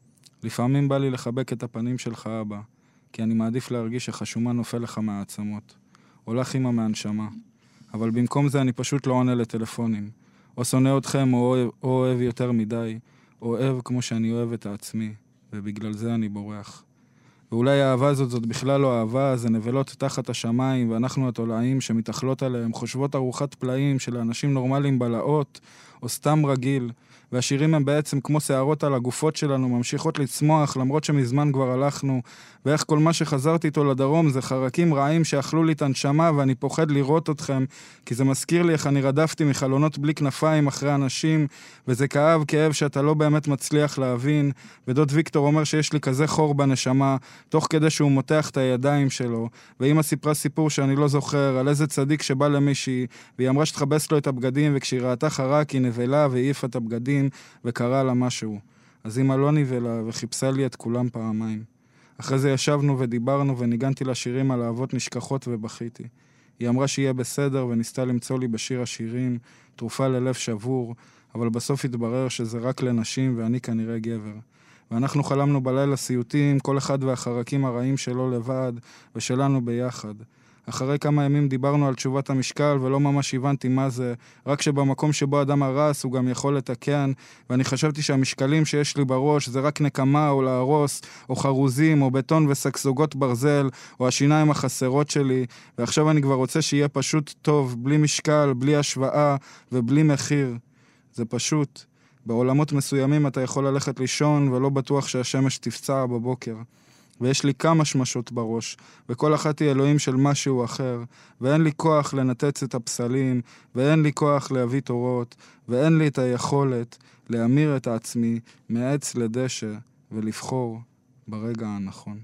לפעמים בא לי לחבק את הפנים שלך, אבא, כי אני מעדיף להרגיש שחשומה נופל לך מהעצמות. עולה חימה מהנשמה. אבל במקום זה אני פשוט לא עונה לטלפונים. או שונא אתכם, או אוהב יותר מדי, או אוהב כמו שאני אוהב את העצמי, ובגלל זה אני בורח. ואולי האהבה הזאת בכלל לא אהבה, זה נבלות תחת השמיים, ואנחנו התולעים שמתאכלות עליהם, חושבות ארוחת פלאים של אנשים נורמליים בלעות, או סתם רגיל, והשירים הם בעצם כמו שערות על הגופות שלנו, ממשיכות לצמוח, למרות שמזמן כבר הלכנו, ואיך כל מה שחזרתי איתו לדרום זה חרקים רעים שאכלו לי את הנשמה, ואני פוחד לראות אתכם, כי זה מזכיר לי איך אני רדפתי מחלונות בלי כנפיים אחרי אנשים, וזה כאב שאתה לא באמת מצליח להבין, ודוד ויקטור אומר שיש לי כזה חור בנשמה, תוך כדי שהוא מותח את הידיים שלו, ואמא סיפרה סיפור שאני לא זוכר, על איזה צדיק שבא למישהי, והיא אמרה שתחבס לו את הבגדים, וכשהיא ראתה חרק היא נבלה והעיפה את הבגדים, וקרא לה משהו. אז אמא לא נבלה וחיפשה לי את כולם פעמיים. אחרי זה ישבנו ודיברנו וניגנתי לה שירים על אהבות נשכחות ובכיתי. היא אמרה שיהיה בסדר וניסתה למצוא לי בשיר השירים תרופה ללב שבור, אבל בסוף התברר שזה רק לנשים ואני כנראה גבר. ואנחנו חלמנו בלילה סיוטים, כל אחד והחרקים הרעים שלו לבד ושלנו ביחד. אחרי כמה ימים דיברנו על תשובת המשקל ולא ממש הבנתי מה זה, רק שבמקום שבו אדם הרס הוא גם יכול לתקן, ואני חשבתי שהמשקלים שיש לי בראש זה רק נקמה או להרוס, או חרוזים, או בטון וסקסוגות ברזל, או השיניים החסרות שלי, ועכשיו אני כבר רוצה שיהיה פשוט טוב, בלי משקל, בלי השוואה ובלי מחיר. זה פשוט. בעולמות מסוימים אתה יכול ללכת לישון ולא בטוח שהשמש תפצע בבוקר. ויש לי כמה שמשות בראש, וכל אחת היא אלוהים של משהו אחר, ואין לי כוח לנתץ את הפסלים, ואין לי כוח להביא תורות, ואין לי את היכולת להמיר את עצמי מעץ לדשא ולבחור ברגע הנכון.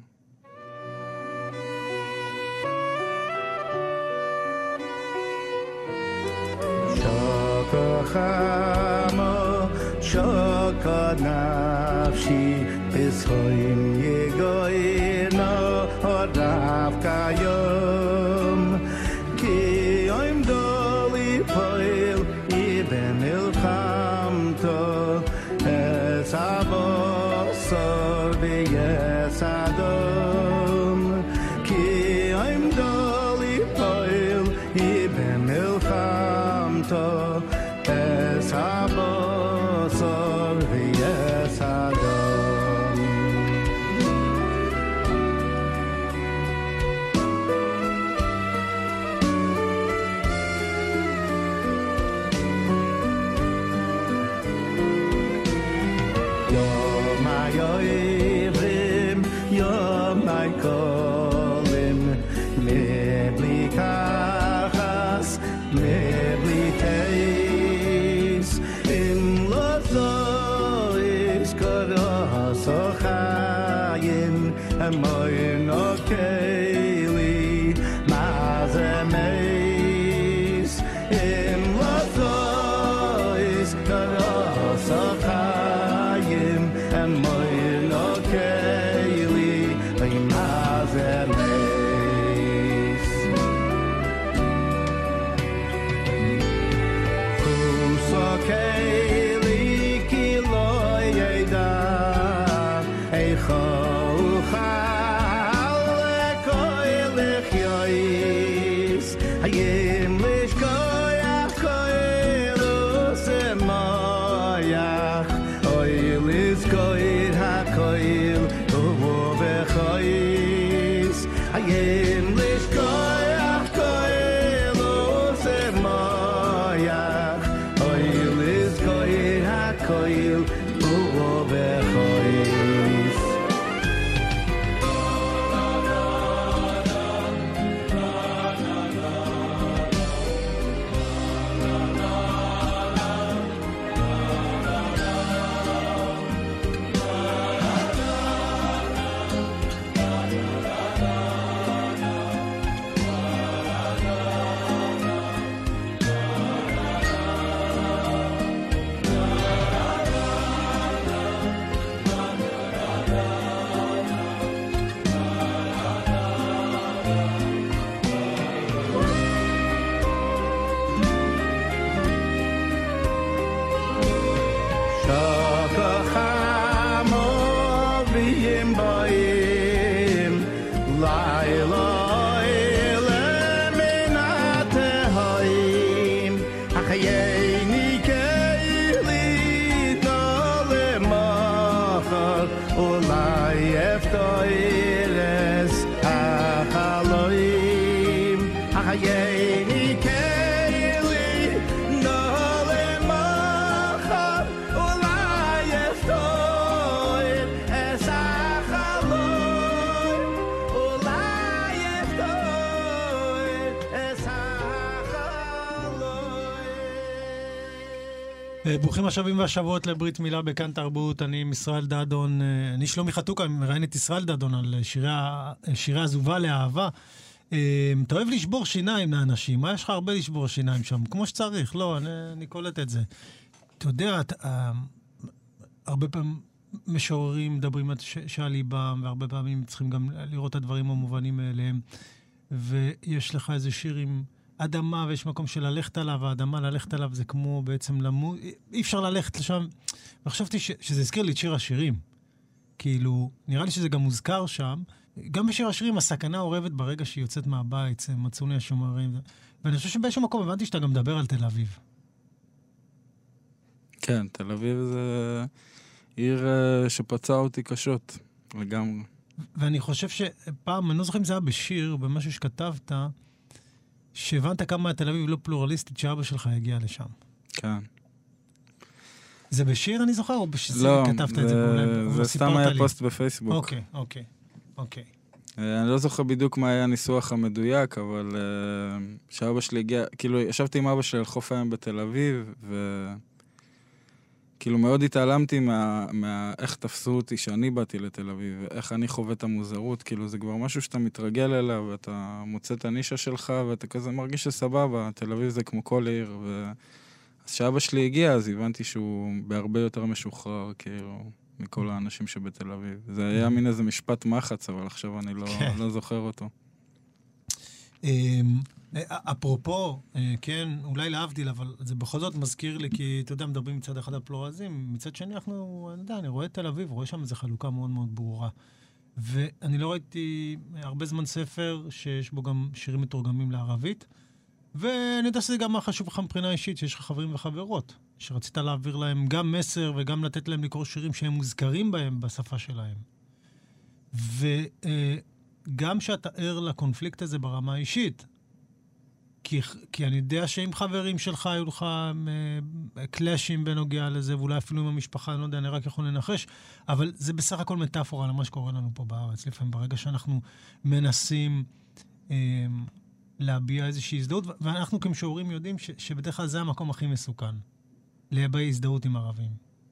שוקד נפשי בזכויים יגוינו דווקא יום כי עמדו ליפול במלחמתו אסבוסו ויסדום כי עמדו ליפול במלחמתו אסבוסו ויסדום Neblites in Lozois Koros Ochayim Amoyin Okeli Mazemes in Lozois Koros Ochayim Amoyin Okeli Mazemes ברוכים השבים והשבועות לברית מילה בכאן תרבות. אני ישראל דדון, אני שלומי חתוקה, מראיין את ישראל דדון על שירי עזובה לאהבה. אתה אוהב לשבור שיניים לאנשים, מה יש לך הרבה לשבור שיניים שם? כמו שצריך, לא, אני קולט את זה. אתה יודע, הרבה פעמים משוררים מדברים שעל ליבם, והרבה פעמים צריכים גם לראות את הדברים המובנים מאליהם, ויש לך איזה שיר עם אדמה, ויש מקום של ללכת עליו, והאדמה ללכת עליו זה כמו בעצם למות, אי אפשר ללכת לשם. וחשבתי שזה הזכיר לי את שיר השירים. כאילו, נראה לי שזה גם מוזכר שם. גם בשיר השירים, הסכנה עורבת ברגע שהיא יוצאת מהבית, מצאו לי השומרים. ואני חושב שבאיזשהו מקום הבנתי שאתה גם מדבר על תל אביב. כן, תל אביב זה עיר שפצע אותי קשות, לגמרי. ואני חושב שפעם, אני לא זוכר אם זה היה בשיר, במשהו שכתבת, שהבנת כמה תל אביב לא פלורליסטית שאבא שלך הגיע לשם. כן. זה בשיר אני זוכר, או בשיר לא, כתבת את זה? זה סתם היה פוסט בפייסבוק. אוקיי. אני לא זוכר בדיוק מה היה הניסוח המדויק, אבל שאבא שלי הגיע, כאילו ישבתי עם אבא שלי על חוף הים בתל אביב, וכאילו מאוד התעלמתי איך תפסו אותי שאני באתי לתל אביב, איך אני חווה את המוזרות, כאילו זה כבר משהו שאתה מתרגל אליו, ואתה מוצא את הנישה שלך, ואתה כזה מרגיש שסבבה, תל אביב זה כמו כל עיר, אז שאבא שלי הגיע, אז הבנתי שהוא בהרבה יותר משוחרר, כאילו, מכל האנשים שבתל אביב. זה היה מין איזה משפט מחץ, אבל עכשיו אני לא זוכר אותו. אפרופו, כן, אולי להבדיל, אבל זה בכל זאת מזכיר לי, כי אתה יודע, מדברים מצד אחד על פלורליזם, מצד שני אני רואה את תל אביב, רואה שם איזו חלוקה מאוד מאוד ברורה. ואני לא ראיתי הרבה זמן ספר שיש בו גם שירים מתורגמים לערבית, ואני יודע שזה גם מה חשוב לך מבחינה אישית, שיש לך חברים וחברות, שרצית להעביר להם גם מסר וגם לתת להם לקרוא שירים שהם מוזכרים בהם בשפה שלהם. וגם שאתה ער לקונפליקט הזה ברמה האישית, כי אני יודע שעם חברים שלך היו לך קלאשים בנוגע לזה, ואולי אפילו עם המשפחה, אני לא יודע, אני רק יכול לנחש, אבל זה בסך הכל מטאפורה למה שקורה לנו פה בארץ. לפעמים ברגע שאנחנו מנסים להביע איזושהי הזדהות, ואנחנו כמשוררים יודעים שבדרך כלל זה המקום הכי מסוכן, להביע הזדהות עם ערבים.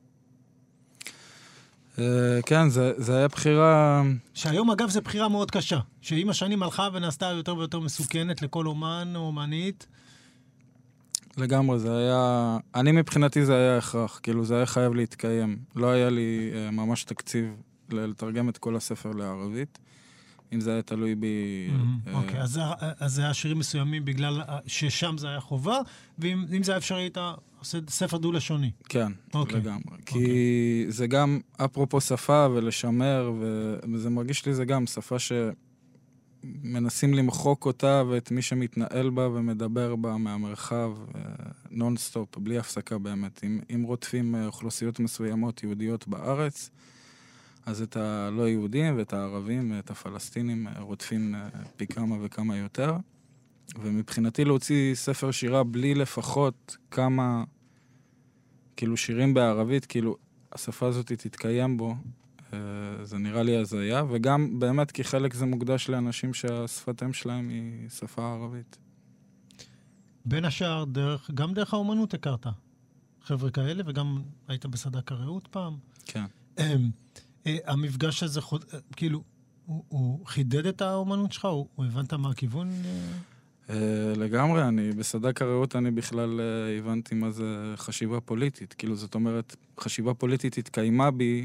כן, זה היה בחירה... שהיום, אגב, זו בחירה מאוד קשה, שעם השנים הלכה ונעשתה יותר ויותר מסוכנת לכל אומן או אומנית. לגמרי, זה היה... אני מבחינתי זה היה הכרח, כאילו זה היה חייב להתקיים. לא היה לי ממש תקציב לתרגם את כל הספר לערבית, אם זה היה תלוי בי... אוקיי, אז זה היה שירים מסוימים בגלל ששם זה היה חובה, ואם זה היה אפשרי, אתה עושה ספר דו-לשוני. כן, לגמרי. כי זה גם, אפרופו שפה ולשמר, וזה מרגיש לי זה גם שפה שמנסים למחוק אותה, ואת מי שמתנהל בה ומדבר בה מהמרחב, נונסטופ, בלי הפסקה באמת. אם רודפים אוכלוסיות מסוימות יהודיות בארץ, אז את הלא יהודים ואת הערבים ואת הפלסטינים רודפים פי כמה וכמה יותר. ומבחינתי להוציא ספר שירה בלי לפחות כמה, כאילו שירים בערבית, כאילו השפה הזאת תתקיים בו, זה נראה לי הזיה, וגם באמת כי חלק זה מוקדש לאנשים שהשפתם שלהם היא שפה ערבית. בין השאר, גם דרך האומנות הכרת. חבר'ה כאלה, וגם היית בסדק הרעות פעם. כן. המפגש הזה, כאילו, הוא חידד את האומנות שלך? הוא הבנת מה הכיוון? לגמרי, בסדק הרעות אני בכלל הבנתי מה זה חשיבה פוליטית. כאילו, זאת אומרת, חשיבה פוליטית התקיימה בי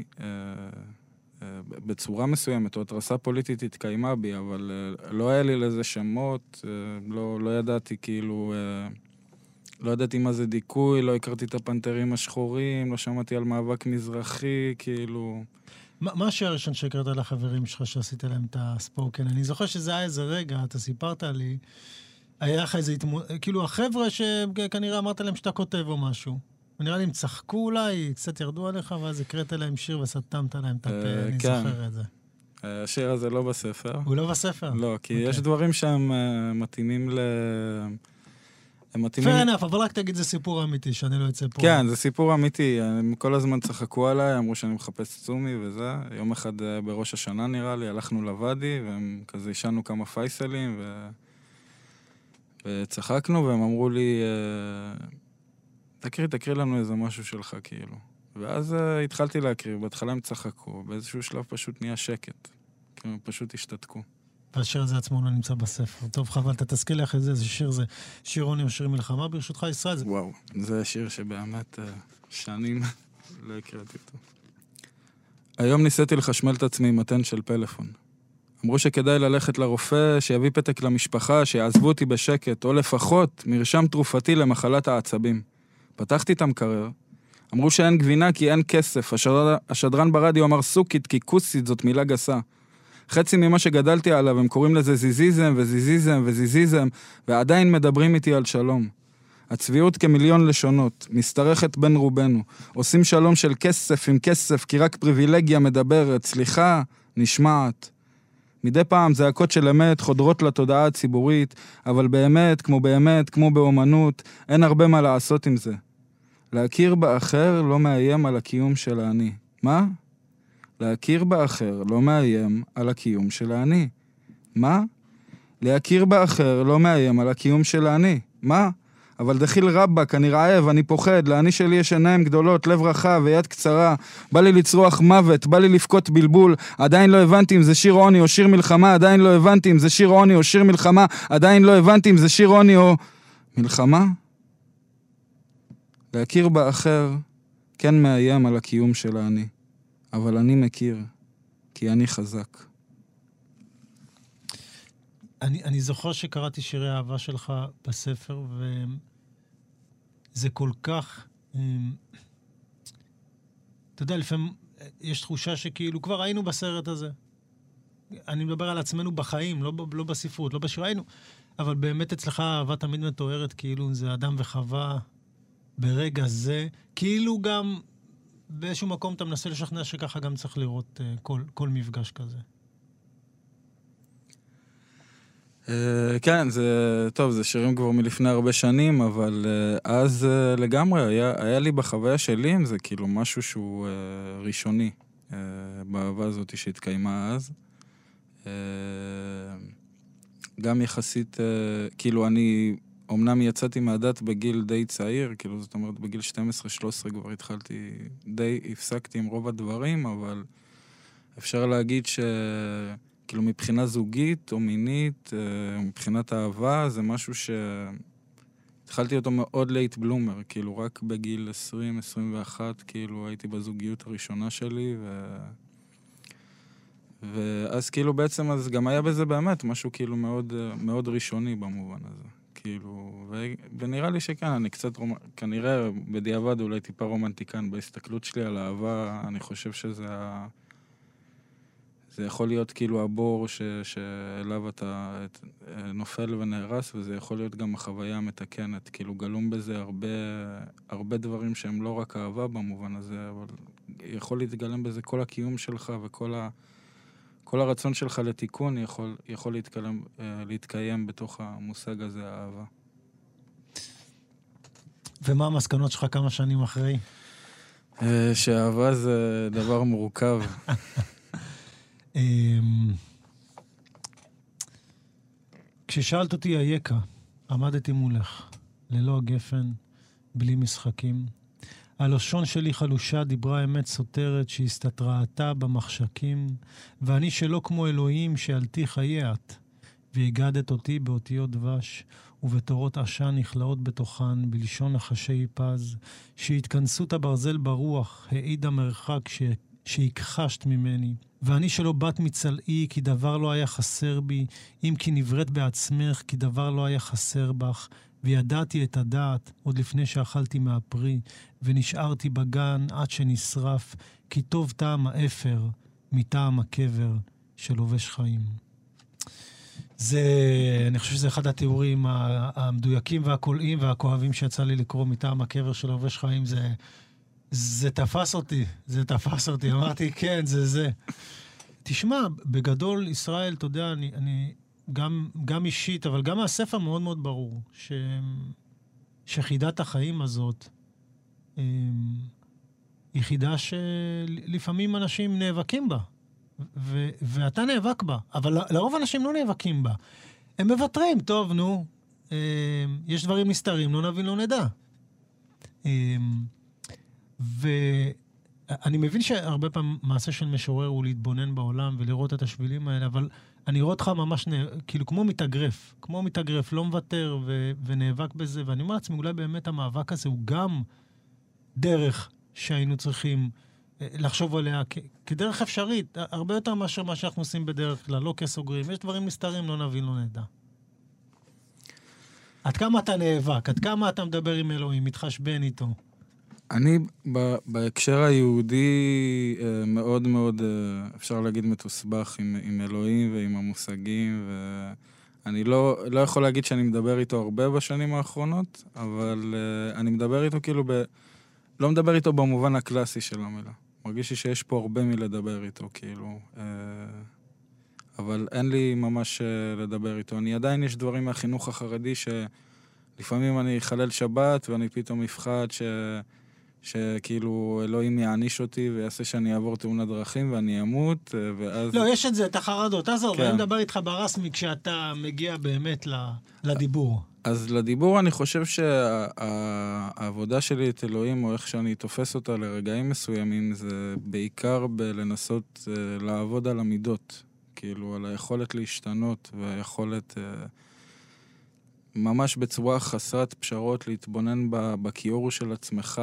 בצורה מסוימת, או התרסה פוליטית התקיימה בי, אבל לא היה לי לזה שמות, לא ידעתי כאילו... לא ידעתי מה זה דיכוי, לא הכרתי את הפנתרים השחורים, לא שמעתי על מאבק מזרחי, כאילו... מה השיר הראשון שהכרת לחברים שלך שעשית להם את הספוקן? אני זוכר שזה היה איזה רגע, אתה סיפרת לי, היה לך איזה כאילו החבר'ה שכנראה אמרת להם שאתה כותב או משהו. ונראה לי הם צחקו אולי, קצת ירדו עליך, ואז הקראת להם שיר וסתמת להם את הפה, אני זוכר את זה. השיר הזה לא בספר. הוא לא בספר? לא, כי יש דברים שהם מתאימים ל... fair enough, אבל רק תגיד, זה סיפור אמיתי, שאני לא אצא פה. כן, זה סיפור אמיתי. הם כל הזמן צחקו עליי, אמרו שאני מחפש צומי וזה. יום אחד בראש השנה נראה לי, הלכנו לוואדי, והם כזה ישנו כמה פייסלים, וצחקנו, והם אמרו לי, תקריא לנו איזה משהו שלך, כאילו. ואז התחלתי להקריא, בהתחלה הם צחקו, באיזשהו שלב פשוט נהיה שקט. כאילו, הם פשוט השתתקו. והשיר הזה עצמו לא נמצא בספר. טוב, חבל, אתה תזכיר לי אחרי זה, איזה שיר זה שיר עוני או שיר מלחמה, ברשותך ישראל. וואו, זה שיר שבאמת שנים לא הקראתי אותו. היום ניסיתי לחשמל את עצמי עם מתן של פלאפון. אמרו שכדאי ללכת לרופא, שיביא פתק למשפחה, שיעזבו אותי בשקט, או לפחות מרשם תרופתי למחלת העצבים. פתחתי את המקרר, אמרו שאין גבינה כי אין כסף. השדרן ברדיו אמר סוכית כי כוסית זאת מילה גסה. חצי ממה שגדלתי עליו, הם קוראים לזה זיזיזם וזיזיזם וזיזיזם, ועדיין מדברים איתי על שלום. הצביעות כמיליון לשונות, מסתרכת בין רובנו. עושים שלום של כסף עם כסף, כי רק פריבילגיה מדברת, סליחה, נשמעת. מדי פעם זעקות של אמת חודרות לתודעה הציבורית, אבל באמת, כמו באומנות, אין הרבה מה לעשות עם זה. להכיר באחר לא מאיים על הקיום של האני. מה? להכיר באחר לא מאיים על הקיום של האני. מה? להכיר באחר לא מאיים על הקיום של האני. מה? אבל דחיל רבק, אני רעב, אני פוחד, לאני שלי יש עיניים גדולות, לב רחב ויד קצרה, בא לי לצרוח מוות, בא לי לפקות בלבול, עדיין לא הבנתי אם זה שיר עוני או שיר מלחמה, עדיין לא הבנתי אם זה שיר עוני או שיר מלחמה, עדיין לא הבנתי אם זה שיר עוני או מלחמה. להכיר באחר כן מאיים על הקיום של האני. אבל אני מכיר, כי אני חזק. אני זוכר שקראתי שירי האהבה שלך בספר, וזה כל כך... אתה יודע, לפעמים יש תחושה שכאילו כבר היינו בסרט הזה. אני מדבר על עצמנו בחיים, לא בספרות, לא בשיר, היינו. אבל באמת אצלך האהבה תמיד מתוארת כאילו זה אדם וחווה ברגע זה, כאילו גם... באיזשהו מקום אתה מנסה לשכנע שככה גם צריך לראות כל מפגש כזה. כן, זה שירים כבר מלפני הרבה שנים, אבל אז לגמרי היה לי בחוויה שלי עם זה כאילו משהו שהוא ראשוני באהבה הזאת שהתקיימה אז. גם יחסית, כאילו אני, אמנם יצאתי מהדת בגיל די צעיר, כאילו זאת אומרת בגיל 12-13 כבר התחלתי, די הפסקתי עם רוב הדברים, אבל אפשר להגיד שכאילו מבחינה זוגית או מינית, מבחינת אהבה, זה משהו התחלתי אותו מאוד לייט בלומר, כאילו רק בגיל 20-21, כאילו הייתי בזוגיות הראשונה שלי, ואז כאילו בעצם, אז גם היה בזה באמת משהו כאילו מאוד, מאוד ראשוני במובן הזה. כאילו, ונראה לי שכן, אני קצת, כנראה בדיעבד אולי טיפה רומנטיקן בהסתכלות שלי על אהבה, אני חושב שזה זה יכול להיות כאילו הבור שאליו אתה נופל ונהרס, וזה יכול להיות גם החוויה המתקנת. כאילו גלום בזה הרבה דברים שהם לא רק אהבה במובן הזה, אבל יכול להתגלם בזה כל הקיום שלך וכל הרצון שלך לתיקון יכול להתקיים בתוך המושג הזה, האהבה. ומה המסקנות שלך כמה שנים אחרי? שאהבה זה דבר מורכב. כששאלת אותי היקה, עמדתי מולך, ללא הגפן, בלי משחקים. הלשון שלי חלושה דיברה אמת סותרת שהסתתרעתה במחשכים, ואני שלא כמו אלוהים שאלתי חיי את, והגדת אותי באותיות דבש, ובתורות עשן נכלאות בתוכן, בלשון נחשי פז, שהתכנסות הברזל ברוח העיד המרחק שהכחשת ממני. ואני שלא בת מצלעי, כי דבר לא היה חסר בי, אם כי נבראת בעצמך, כי דבר לא היה חסר בך, וידעתי את הדעת עוד לפני שאכלתי מהפרי, ונשארתי בגן עד שנשרף, כי טוב טעם האפר מטעם הקבר של לובש חיים. אני חושב שזה אחד התיאורים המדויקים והקולעים והכואבים שיצא לי לקרוא מטעם הקבר של לובש חיים. זה תפס אותי, אמרתי, כן, זה. תשמע, בגדול, ישראל, אתה יודע, אני גם אישית, אבל גם מהספר מאוד מאוד ברור, שחידת החיים הזאת, היא חידה שלפעמים אנשים נאבקים בה, ואתה נאבק בה, אבל לרוב אנשים לא נאבקים בה. הם מוותרים, טוב, נו, יש דברים נסתרים, לא נבין, לא נדע. ואני מבין שהרבה פעמים מעשה של משורר הוא להתבונן בעולם ולראות את השבילים האלה, אבל אני רואה אותך ממש כאילו כמו מתאגרף, לא מוותר ונאבק בזה, ואני אומר לעצמי, אולי באמת המאבק הזה הוא גם דרך שהיינו צריכים לחשוב עליה כדרך אפשרית, הרבה יותר מאשר מה שאנחנו עושים בדרך כלל, לא כסוגרים, יש דברים מסתרים, לא נבין, לא נדע. עד כמה אתה נאבק, עד כמה אתה מדבר עם אלוהים, מתחשבן איתו? אני, בהקשר היהודי, מאוד מאוד, אפשר להגיד, מתוסבך עם אלוהים ועם המושגים, ואני לא יכול להגיד שאני מדבר איתו הרבה בשנים האחרונות, אבל אני מדבר איתו כאילו לא מדבר איתו במובן הקלאסי של המילה. מרגיש לי שיש פה הרבה מלדבר איתו, כאילו, אבל אין לי ממש לדבר איתו. עדיין יש דברים מהחינוך החרדי שלפעמים אני חלל שבת ואני פתאום מפחד שכאילו אלוהים יעניש אותי ויעשה שאני אעבור תאונת דרכים ואני אמות, ואז... לא, יש את זה, את החרדות. אז אני מדבר איתך ברסמי כשאתה מגיע באמת לדיבור. אז לדיבור אני חושב שהעבודה שלי את אלוהים, או איך שאני תופס אותה לרגעים מסוימים, זה בעיקר בלנסות לעבוד על המידות. כאילו, על היכולת להשתנות והיכולת... ממש בצורה חסרת פשרות להתבונן בכיור של עצמך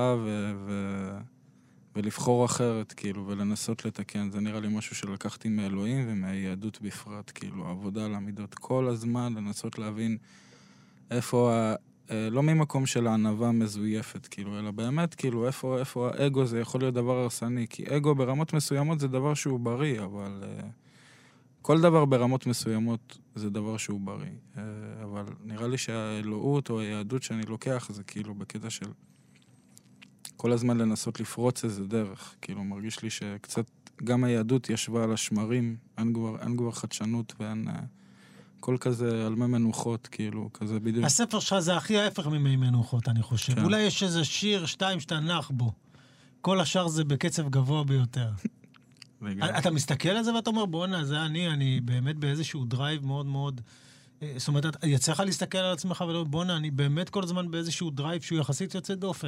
ולבחור אחרת, כאילו, ולנסות לתקן. זה נראה לי משהו שלקחתי מאלוהים ומהיהדות בפרט, כאילו, העבודה על המידות כל הזמן, לנסות להבין איפה, לא ממקום של הענבה מזויפת, כאילו, אלא באמת, כאילו, איפה האגו זה יכול להיות דבר הרסני, כי אגו ברמות מסוימות זה דבר שהוא בריא, אבל... כל דבר ברמות מסוימות זה דבר שהוא בריא, אבל נראה לי שהאלוהות או היהדות שאני לוקח זה כאילו בקטע של כל הזמן לנסות לפרוץ איזה דרך, כאילו מרגיש לי שקצת גם היהדות ישבה על השמרים, אין כבר חדשנות ואין כל כזה על מי מנוחות, כאילו כזה בדיוק. הספר שלך זה הכי ההפך ממי מנוחות, אני חושב. כן. אולי יש איזה שיר, 2 שאתה נח בו, כל השאר זה בקצב גבוה ביותר. אתה מסתכל על זה ואתה אומר, בוא'נה, זה אני באמת באיזשהו דרייב מאוד מאוד זאת אומרת, יצא לך להסתכל על עצמך ולא, בונה, אני באמת כל הזמן באיזשהו דרייב שהוא יחסית יוצא דופן.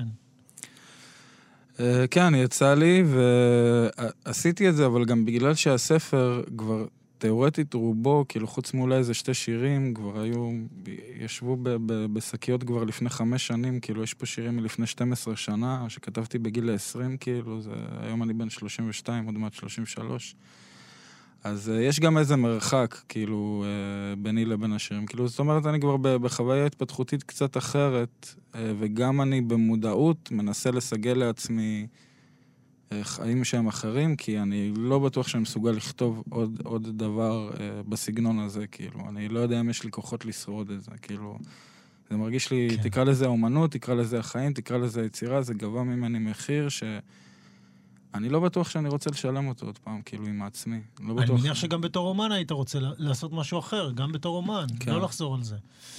כן, יצא לי, ועשיתי את זה, אבל גם בגלל שהספר כבר תיאורטית רובו, כאילו חוץ מאולי איזה 2 שירים, כבר ישבו בשקיות כבר לפני 5 שנים, כאילו יש פה שירים מלפני 12 שנה, שכתבתי בגיל 20, כאילו, היום אני בן 32, עוד מעט 33. אז יש גם איזה מרחק, כאילו, ביני לבין השירים. כאילו, זאת אומרת, אני כבר בחוויה התפתחותית קצת אחרת, וגם אני במודעות מנסה לסגל לעצמי חיים שהם אחרים, כי אני לא בטוח שאני מסוגל לכתוב עוד דבר בסגנון הזה, כאילו. אני לא יודע אם יש לי כוחות לשרוד את זה, כאילו. זה מרגיש לי, כן. תקרא לזה אומנות, תקרא לזה החיים, תקרא לזה יצירה, זה גבה ממני מחיר אני לא בטוח שאני רוצה לשלם אותו עוד פעם, כאילו, עם עצמי. לא אני מניח שגם בתור אומן היית רוצה לעשות משהו אחר, גם בתור אומן, כן. לא לחזור על זה.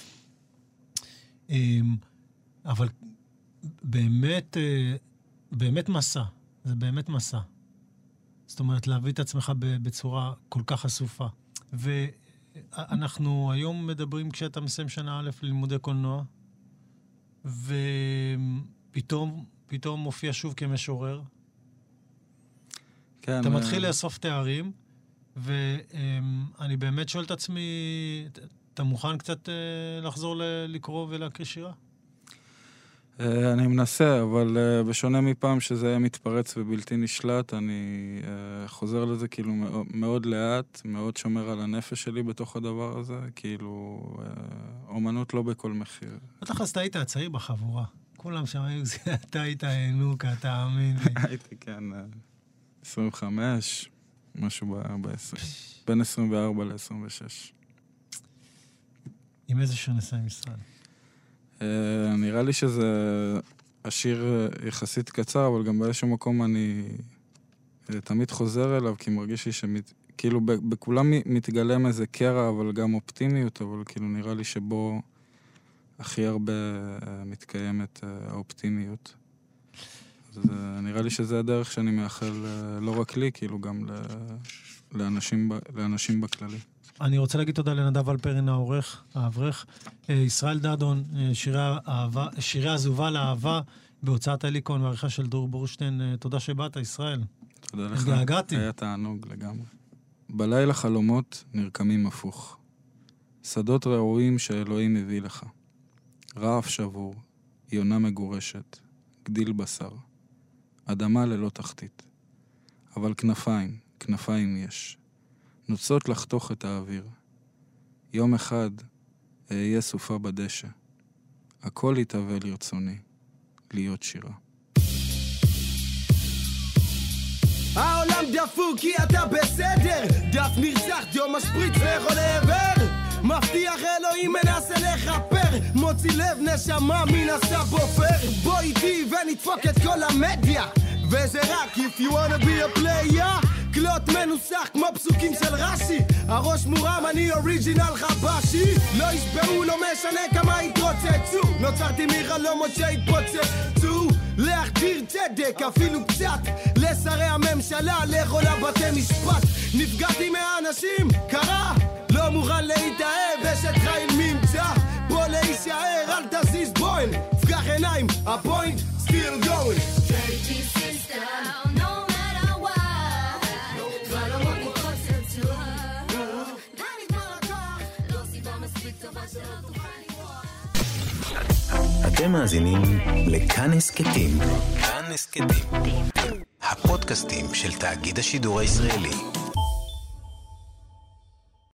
אבל באמת מסע. זה באמת מסע. זאת אומרת, להביא את עצמך בצורה כל כך חשופה. ואנחנו היום מדברים כשאתה מסיים שנה א' ללימודי קולנוע, ופתאום מופיע שוב כמשורר. כן, אתה מתחיל לאסוף תארים, ואני באמת שואל את עצמי, אתה מוכן קצת לחזור לקרוא ולהקריא שירה? אני מנסה, אבל בשונה מפעם שזה היה מתפרץ ובלתי נשלט, אני חוזר לזה כאילו מאוד לאט, מאוד שומר על הנפש שלי בתוך הדבר הזה, כאילו אומנות לא בכל מחיר. בטח אז אתה היית הצעיר בחבורה. כולם שם היו, אתה היית הענוקה, תאמין לי. הייתי כן, 25, משהו ב-20, בין 24 ל-26. עם איזה שיר נסיים ישראל? נראה לי שזה השיר יחסית קצר, אבל גם באיזשהו מקום אני תמיד חוזר אליו, כי מרגיש לי כאילו בכולם מתגלם איזה קרע, אבל גם אופטימיות, אבל כאילו נראה לי שבו הכי הרבה מתקיימת האופטימיות. אז נראה לי שזה הדרך שאני מאחל לא רק לי, כאילו גם לאנשים בכללי. אני רוצה להגיד תודה לנדב אלפרין האברך, ישראל דדון, שירי עזובה לאהבה, בהוצאת אליקון ועריכה של דרור בורשטיין. תודה שבאת, ישראל. תודה לך. התגעגעתי. היה תענוג לגמרי. בלילה חלומות נרקמים הפוך. שדות ראויים שאלוהים הביא לך. רעף שבור, יונה מגורשת, גדיל בשר. אדמה ללא תחתית. אבל כנפיים יש. נוצות לחתוך את האוויר. יום אחד אהיה סופה בדשא. הכל יתהווה לרצוני, להיות שירה. העולם דפוק כי אתה בסדר. דף נרצח, דיו משפריץ לכל עבר. מבטיח אלוהים מנסה לחפר. מוציא לב נשמה מן הסבופר. בוא איתי ונדפוק את כל המדיה. וזה רק if you wanna be a player. קלוט מנוסח כמו פסוקים של רש"י. הראש מורם אני אוריג'ינל חבשי. לא ישבעו לא משנה כמה יתרוצצו. נוצרתי מחלומות שהתפוצצו. להחדיר צדק אפילו קצת. לשרי הממשלה לכל הבתי משפט. נפגעתי מהאנשים קרה. לא מוכן להתאהב אשת חיל ממצא. בוא להישאר אל תזיז בוין. פקח עיניים הפוינט still going. Dirty sister no matter what. כבר לא מוכות לצור. די נגמר הכוח. לא סיבה מספיק טובה שלא תוכל לברוח. אתם מאזינים לכאן הסכתים. כאן הסכתים. הפודקאסטים של תאגיד השידור הישראלי.